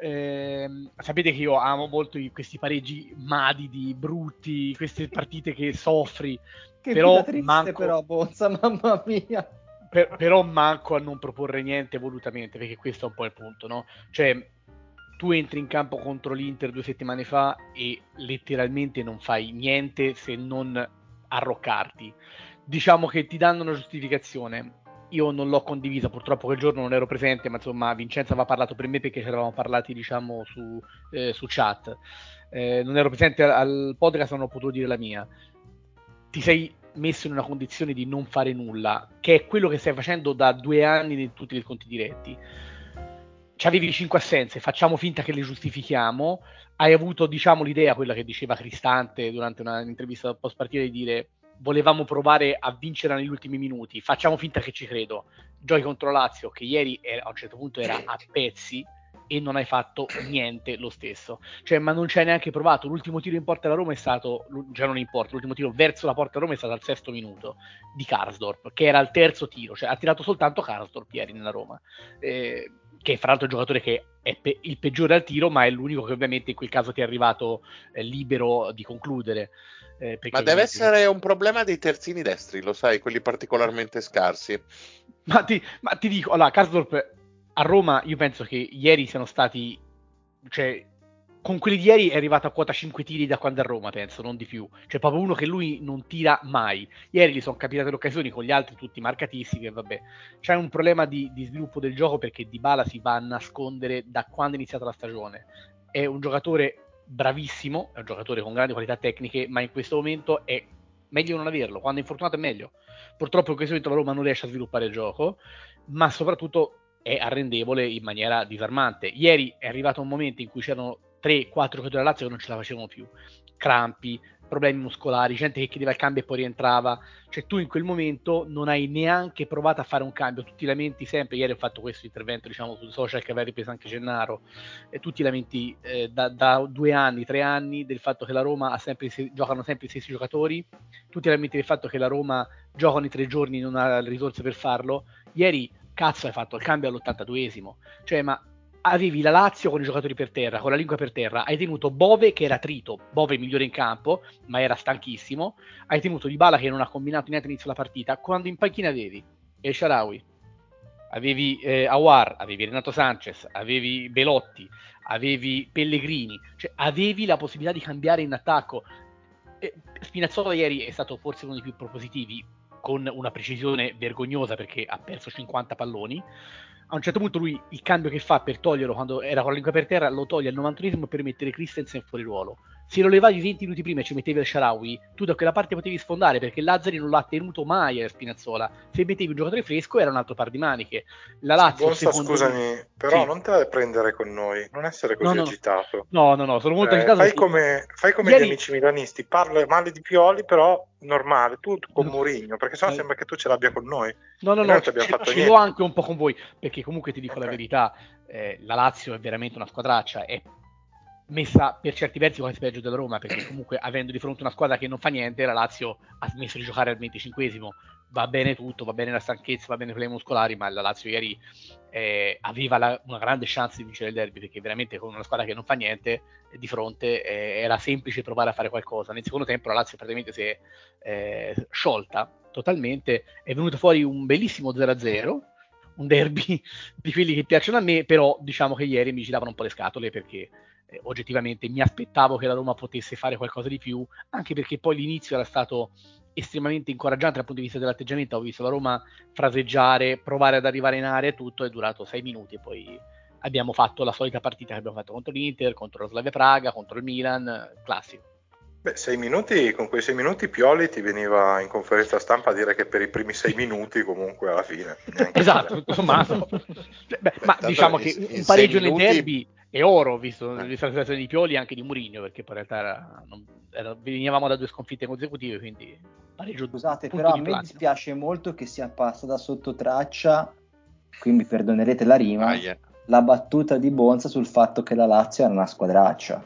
sapete che io amo molto questi pareggi madidi, brutti, queste partite che soffri,
che
però
triste,
manco,
però Bozza, mamma mia.
Però manco a non proporre niente volutamente, perché questo è un po' il punto, no? Cioè, tu entri in campo contro l'Inter 2 settimane fa e letteralmente non fai niente se non arroccarti. Diciamo che ti danno una giustificazione. Io non l'ho condivisa, purtroppo quel giorno non ero presente, ma insomma Vincenzo aveva parlato per me perché ci eravamo parlati, diciamo, su chat. Non ero presente al podcast, non ho potuto dire la mia. Ti sei messo in una condizione di non fare nulla, che è quello che stai facendo da 2 anni in tutti i conti diretti. C'avevi 5 assenze, facciamo finta che le giustifichiamo. Hai avuto, diciamo, l'idea, quella che diceva Cristante durante un'intervista post partita, di dire: volevamo provare a vincere negli ultimi minuti, facciamo finta che ci credo. Giochi contro Lazio, che ieri a un certo punto era a pezzi, e non hai fatto niente lo stesso. Cioè, ma non ci hai neanche provato. L'ultimo tiro in porta alla Roma è stato, cioè non in porta, l'ultimo tiro verso la porta Roma è stato al 6° minuto di Karsdorp, che era il terzo tiro, cioè ha tirato soltanto Karsdorp ieri nella Roma, che fra l'altro è un giocatore che è il peggiore al tiro, ma è l'unico che ovviamente in quel caso ti è arrivato libero di concludere.
Ma deve essere un problema dei terzini destri, lo sai, quelli particolarmente scarsi.
Ma ti dico, allora, Karsdorp a Roma io penso che ieri siano stati, cioè, con quelli di ieri è arrivato a quota 5 tiri da quando è a Roma, penso, non di più. Cioè, proprio uno che lui non tira mai. Ieri gli sono capitate le occasioni, con gli altri tutti marcatissimi, e vabbè. C'è un problema di sviluppo del gioco, perché Dybala si va a nascondere da quando è iniziata la stagione. È un giocatore bravissimo, è un giocatore con grandi qualità tecniche, ma in questo momento è meglio non averlo. Quando è infortunato è meglio. Purtroppo in questo momento la Roma non riesce a sviluppare il gioco, ma soprattutto è arrendevole in maniera disarmante. Ieri è arrivato un momento in cui c'erano 3-4 giocatori della Lazio che non ce la facevano più, crampi, problemi muscolari, gente che chiedeva il cambio e poi rientrava. Cioè tu in quel momento non hai neanche provato a fare un cambio, tu ti lamenti sempre. Ieri ho fatto questo intervento, diciamo, sul social, che aveva ripreso anche Gennaro, e tu ti lamenti da 2 anni, 3 anni del fatto che la Roma giocano sempre i stessi giocatori, tu ti lamenti del fatto che la Roma giocano i 3 giorni e non ha le risorse per farlo. Ieri cazzo hai fatto il cambio all'82esimo, cioè, ma avevi la Lazio con i giocatori per terra, con la lingua per terra, hai tenuto Bove che era trito, Bove migliore in campo, ma era stanchissimo, hai tenuto Dybala che non ha combinato niente all'inizio della partita, quando in panchina avevi El Shaarawy, avevi Aouar, avevi Renato Sanchez, avevi Belotti, avevi Pellegrini, cioè avevi la possibilità di cambiare in attacco. Spinazzola ieri è stato forse uno dei più propositivi, con una precisione vergognosa perché ha perso 50 palloni. A un certo punto lui il cambio che fa per toglierlo quando era con la lingua per terra lo toglie al 91esimo per mettere Christensen fuori ruolo. Se lo levavi 20 minuti prima e ci mettevi il Shaarawy, tu da quella parte potevi sfondare, perché Lazzari non l'ha tenuto mai a Spinazzola. Se mettevi un giocatore fresco era un altro par di maniche. La Lazio,
scusami, però sì, non te la prendere con noi, non essere così agitato.
No, sono molto agitato.
Fai come ieri... gli amici milanisti, parla male di Pioli, però normale, tu con Mourinho, perché sennò sembra che tu ce l'abbia con noi.
No, ce l'ho anche un po' con voi, perché comunque ti dico la verità, la Lazio è veramente una squadraccia, è messa per certi versi quasi peggio della Roma, perché comunque avendo di fronte una squadra che non fa niente, la Lazio ha smesso di giocare al 25esimo, va bene tutto, va bene la stanchezza, va bene i problemi muscolari, ma la Lazio ieri aveva una grande chance di vincere il derby, perché veramente con una squadra che non fa niente di fronte era semplice provare a fare qualcosa. Nel secondo tempo la Lazio praticamente si è sciolta totalmente, è venuto fuori un bellissimo 0-0, un derby di quelli che piacciono a me, però diciamo che ieri mi giravano un po' le scatole, perché oggettivamente mi aspettavo che la Roma potesse fare qualcosa di più, anche perché poi l'inizio era stato estremamente incoraggiante dal punto di vista dell'atteggiamento. Ho visto la Roma fraseggiare, provare ad arrivare in area, e tutto è durato 6 minuti e poi abbiamo fatto la solita partita che abbiamo fatto contro l'Inter, contro lo Slavia Praga, contro il Milan, classico.
Beh, 6 minuti, con quei 6 minuti Pioli ti veniva in conferenza stampa a dire che per i primi 6 minuti comunque alla fine.
Esatto, sommato. Ma diciamo che un pareggio nei derby è oro, visto la situazione di Pioli e anche di Mourinho, perché poi in realtà venivamo da 2 sconfitte consecutive, quindi pareggio.
Scusate, però a me dispiace molto che sia passata sotto traccia, quindi perdonerete la rima, la battuta di Bonza sul fatto che la Lazio era una squadraccia.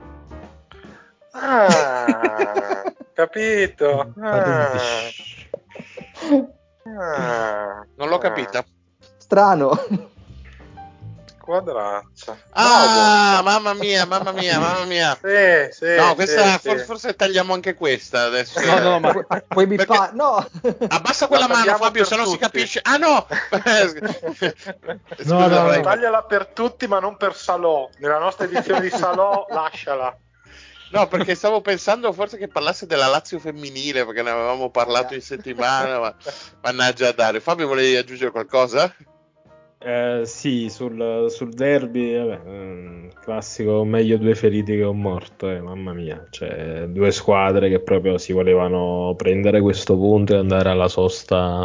Capito.
Non l'ho capita.
Strano.
Squadraccia.
Mamma mia.
Sì,
no, questa
sì.
forse tagliamo anche questa adesso.
No, ma
puoi bippare. No.
Abbassa quella mano, Fabio, se no si capisce. Ah no!
No,
tagliala per tutti, ma non per Salò. Nella nostra edizione di Salò, lasciala.
No, perché stavo pensando forse che parlasse della Lazio femminile, perché ne avevamo parlato in settimana, ma mannaggia a dare. Fabio, volevi aggiungere qualcosa?
Sì, sul derby, classico meglio due feriti che un morto, mamma mia, cioè due squadre che proprio si volevano prendere questo punto e andare alla sosta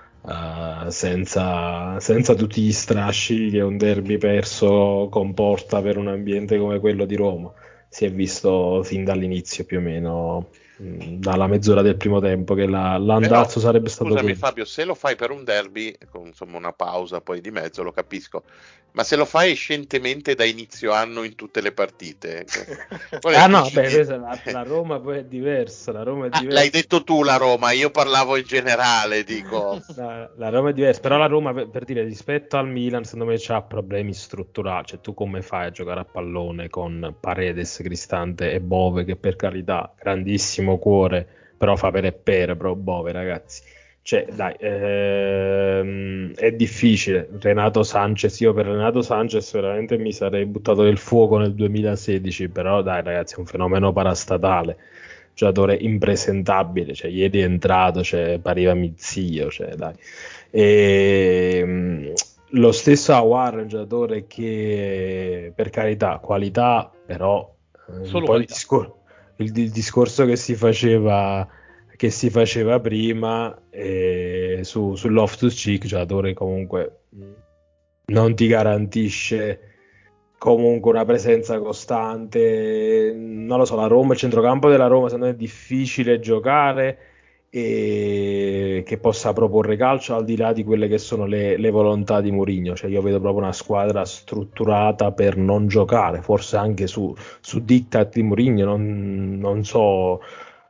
senza tutti gli strascichi che un derby perso comporta per un ambiente come quello di Roma. Si è visto fin dall'inizio più o meno, dalla mezz'ora del primo tempo, che l'andazzo sarebbe stato
scusami
quello.
Fabio, se lo fai per un derby con insomma una pausa poi di mezzo, lo capisco, ma se lo fai scientemente da inizio anno in tutte le partite
la Roma poi è diversa,
l'hai detto tu, la Roma, io parlavo in generale, dico.
La Roma è diversa, però la Roma, per dire, rispetto al Milan, secondo me c'ha problemi strutturali. Cioè, tu come fai a giocare a pallone con Paredes, Cristante e Bove, che per carità, grandissimo cuore, però fa però Bove, ragazzi. Cioè, dai, è difficile. Io per Renato Sanchez veramente mi sarei buttato nel fuoco nel 2016, però dai, ragazzi, è un fenomeno parastatale. Giocatore impresentabile, cioè ieri è entrato, cioè pareva mio zio, cioè dai. Lo stesso Aouar è un giocatore che, per carità, qualità, però un po' il discorso che si faceva prima su Loftus-Cheek, giocatore comunque non ti garantisce comunque una presenza costante. Non lo so, la Roma, il centrocampo della Roma secondo me è difficile giocare e che possa proporre calcio al di là di quelle che sono le volontà di Mourinho. Cioè io vedo proprio una squadra strutturata per non giocare, forse anche su diktat di Mourinho, non so,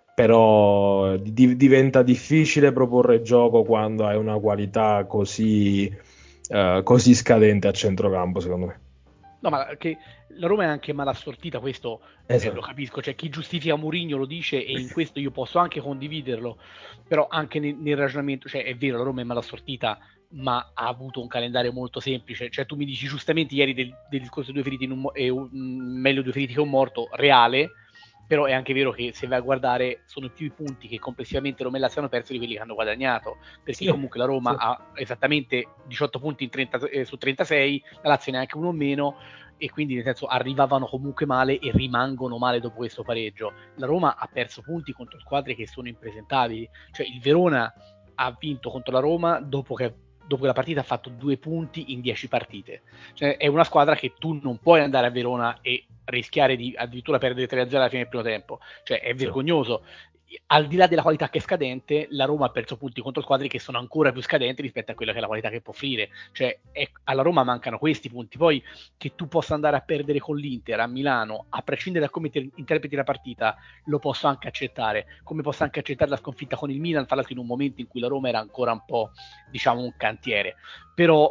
però diventa difficile proporre gioco quando hai una qualità così scadente a centrocampo, secondo me.
No, ma che la Roma è anche malassortita, questo lo capisco, cioè chi giustifica Mourinho lo dice e in questo io posso anche condividerlo, però anche nel ragionamento, cioè è vero, la Roma è malassortita, ma ha avuto un calendario molto semplice, cioè tu mi dici giustamente ieri del discorso due feriti meglio due feriti che un morto, reale, però è anche vero che se vai a guardare sono più i punti che complessivamente Roma e Lazio hanno perso di quelli che hanno guadagnato, perché comunque la Roma ha esattamente 18 punti su 36, la Lazio neanche uno meno, e quindi nel senso arrivavano comunque male e rimangono male dopo questo pareggio. La Roma ha perso punti contro squadre che sono impresentabili, cioè il Verona ha vinto contro la Roma dopo che la partita ha fatto 2 punti in 10 partite, cioè è una squadra che tu non puoi andare a Verona e rischiare di addirittura perdere 3-0 alla fine del primo tempo, cioè è vergognoso. Al di là della qualità che è scadente, la Roma ha perso punti contro squadre che sono ancora più scadenti rispetto a quella che è la qualità che può offrire, cioè alla Roma mancano questi punti. Poi che tu possa andare a perdere con l'Inter a Milano, a prescindere da come interpreti la partita, lo posso anche accettare, come posso anche accettare la sconfitta con il Milan, fra l'altro in un momento in cui la Roma era ancora un po', diciamo, un cantiere, però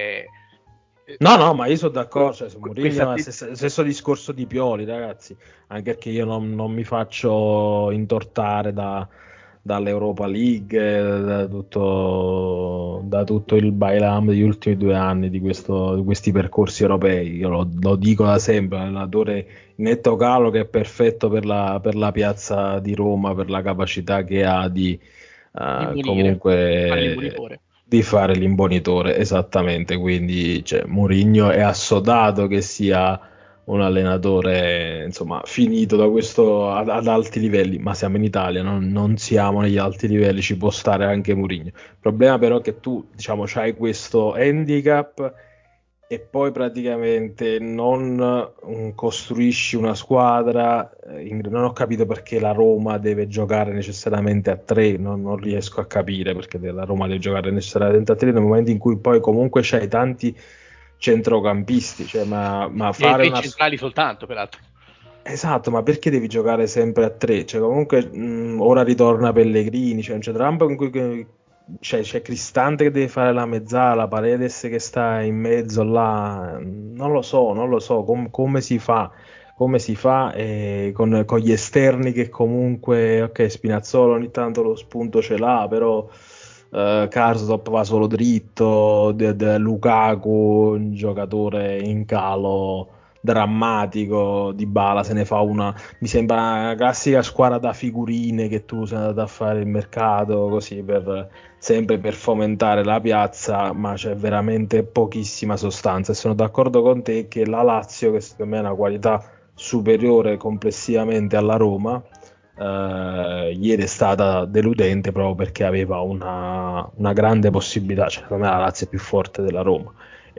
no, ma io sono d'accordo, cioè, su Mourinho, stesso discorso di Pioli, ragazzi, anche perché io non mi faccio intortare dall'Europa League, da tutto il bailam degli ultimi 2 anni di questi percorsi europei. Io lo dico da sempre, un allenatore netto calo che è perfetto per la piazza di Roma, per la capacità che ha di comunque di fare l'imbonitore, esattamente. Quindi Mourinho è assodato che sia un allenatore insomma finito da questo ad alti livelli, ma siamo in Italia, non siamo negli alti livelli, ci può stare anche Mourinho. Il problema però è che tu c'hai questo handicap e poi praticamente non costruisci una squadra. Non ho capito perché la Roma deve giocare necessariamente a 3, non riesco a capire perché la Roma deve giocare necessariamente a 3 nel momento in cui poi comunque c'hai tanti centrocampisti, cioè, ma fare
e centrali soltanto, peraltro.
Esatto, ma perché devi giocare sempre a 3? Cioè, comunque, ora ritorna Pellegrini, c'è un centrocampo in cui c'è Cristante che deve fare la mezzala, Paredes che sta in mezzo là, non lo so come si fa, con gli esterni che comunque, ok, Spinazzola ogni tanto lo spunto ce l'ha, però Karsdorp va solo dritto, Lukaku, un giocatore in calo drammatico, Dybala se ne fa una, mi sembra una classica squadra da figurine che tu sei andato a fare il mercato così sempre per fomentare la piazza, ma c'è veramente pochissima sostanza, e sono d'accordo con te che la Lazio, che secondo me è una qualità superiore complessivamente alla Roma, ieri è stata deludente proprio perché aveva una grande possibilità, cioè secondo me la Lazio è più forte della Roma.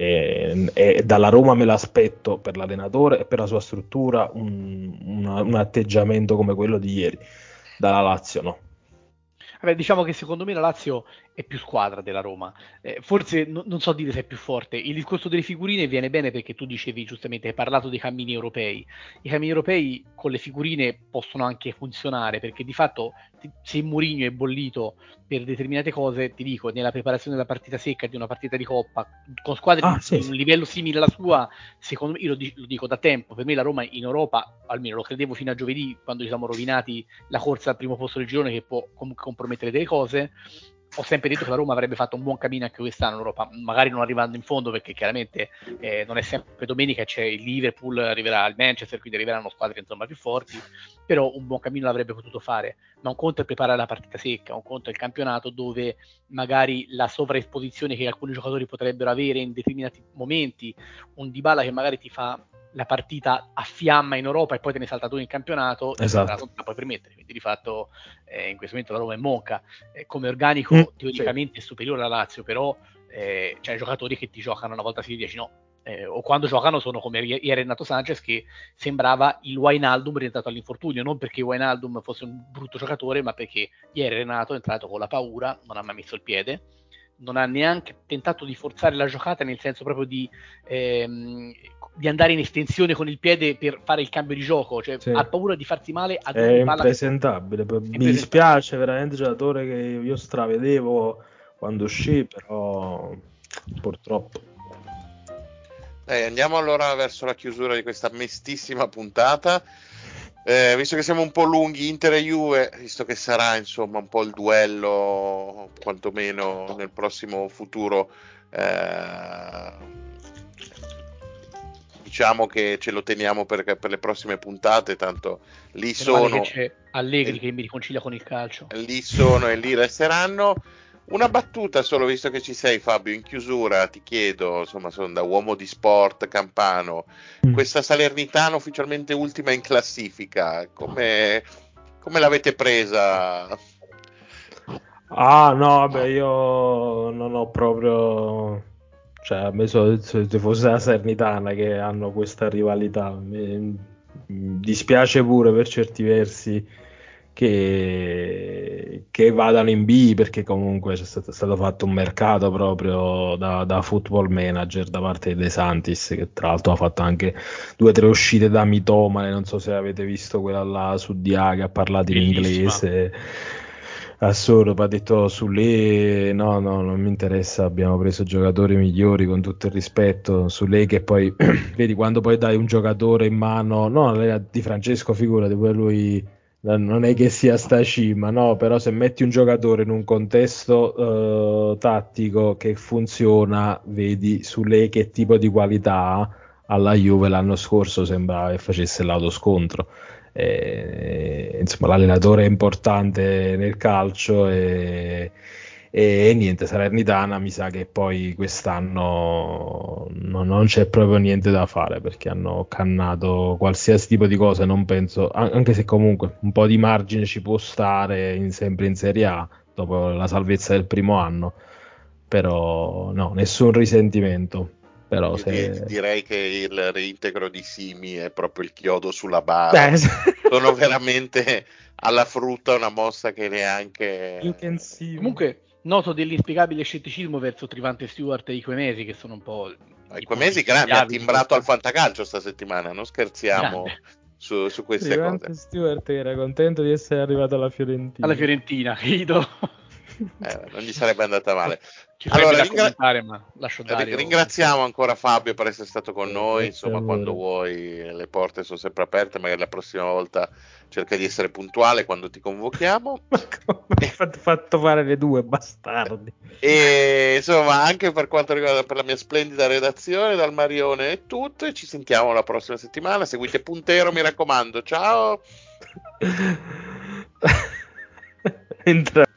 E dalla Roma me l'aspetto, per l'allenatore e per la sua struttura, un atteggiamento come quello di ieri. Dalla Lazio no.
Vabbè, diciamo che secondo me la Lazio è più squadra della Roma. Forse non so dire se è più forte. Il discorso delle figurine viene bene perché tu dicevi giustamente, hai parlato dei cammini europei. I cammini europei con le figurine possono anche funzionare, perché di fatto se Mourinho è bollito per determinate cose, ti dico, nella preparazione della partita secca di una partita di Coppa, con squadre di un livello simile alla sua, secondo me, io lo dico da tempo, per me la Roma in Europa, almeno lo credevo fino a giovedì, quando ci siamo rovinati la corsa al primo posto del girone, che può comunque compromettere delle cose. Ho sempre detto che la Roma avrebbe fatto un buon cammino anche quest'anno in Europa, magari non arrivando in fondo perché chiaramente non è sempre domenica, c'è il Liverpool, arriverà il Manchester, quindi arriveranno squadre insomma più forti, però un buon cammino l'avrebbe potuto fare. Ma un conto è preparare la partita secca, un conto è il campionato dove magari la sovraesposizione che alcuni giocatori potrebbero avere in determinati momenti, un Dybala che magari ti fa la partita a fiamma in Europa e poi te ne salta tu in campionato,
esatto,
non te la puoi permettere. Quindi di fatto in questo momento la Roma è monca, come organico teoricamente è superiore alla Lazio, però c'è giocatori che ti giocano una volta sì 10 no, o quando giocano sono come ieri Renato Sanchez, che sembrava il Wijnaldum orientato all'infortunio, non perché Wijnaldum fosse un brutto giocatore, ma perché ieri Renato è entrato con la paura, non ha mai messo il piede, non ha neanche tentato di forzare la giocata, nel senso proprio di andare in estensione con il piede per fare il cambio di gioco, cioè ha paura di farsi male ad ogni palla.
È impresentabile. Mi dispiace veramente, giocatore che io stravedevo quando uscì, però purtroppo.
Andiamo allora verso la chiusura di questa mestissima puntata. Visto che siamo un po' lunghi, Inter e Juve, visto che sarà insomma un po' il duello, quantomeno nel prossimo futuro, diciamo che ce lo teniamo per le prossime puntate, tanto lì sono.
Vale che c'è Allegri che mi riconcilia con il calcio.
Lì sono e lì resteranno. Una battuta solo, visto che ci sei Fabio, in chiusura ti chiedo, insomma sono da uomo di sport campano, questa Salernitana ufficialmente ultima in classifica, come l'avete presa?
Ah no, vabbè, io non ho proprio, cioè a me se fosse la Salernitana che hanno questa rivalità, mi dispiace pure per certi versi che vadano in B, perché comunque c'è stato fatto un mercato proprio da football manager da parte di De Santis, che tra l'altro ha fatto anche 2 o 3 uscite da mitomane, non so se avete visto quella là su DA che ha parlato in inglese, assurdo, ha detto su lei no, non mi interessa, abbiamo preso giocatori migliori, con tutto il rispetto, su lei che poi vedi quando poi dai un giocatore in mano, no, Di Francesco figurati, poi lui non è che sia sta cima, no, però se metti un giocatore in un contesto tattico che funziona, vedi su lei che tipo di qualità ha. Alla Juve l'anno scorso sembrava che facesse l'autoscontro. Insomma, l'allenatore è importante nel calcio e niente, Salernitana mi sa che poi quest'anno non c'è proprio niente da fare, perché hanno cannato qualsiasi tipo di cosa, non penso, anche se comunque un po' di margine ci può stare sempre in Serie A dopo la salvezza del primo anno, però no, nessun risentimento. Però
direi che il reintegro di Simi è proprio il chiodo sulla bara. Sono veramente alla frutta, una mossa che neanche
intensiva.
Comunque noto dell'inspiegabile scetticismo verso Trivante Stewart e i Quemesi, che sono un po'...
I Quemesi mi ha timbrato al fantacalcio sta settimana, non scherziamo su queste
Trivante
cose.
Stewart era contento di essere arrivato alla Fiorentina.
Alla Fiorentina, credo.
Non gli sarebbe andata male.
Ci sarebbe da commentare, ma lascio dare.
Ringraziamo ancora Fabio per essere stato con noi. Insomma, quando vuoi, le porte sono sempre aperte. Magari la prossima volta cerca di essere puntuale quando ti convochiamo.
Mi ha fatto fare le due, bastardi.
E insomma, anche per quanto riguarda per la mia splendida redazione, dal Marione è tutto. E ci sentiamo la prossima settimana. Seguite Puntero, mi raccomando. Ciao.
Entra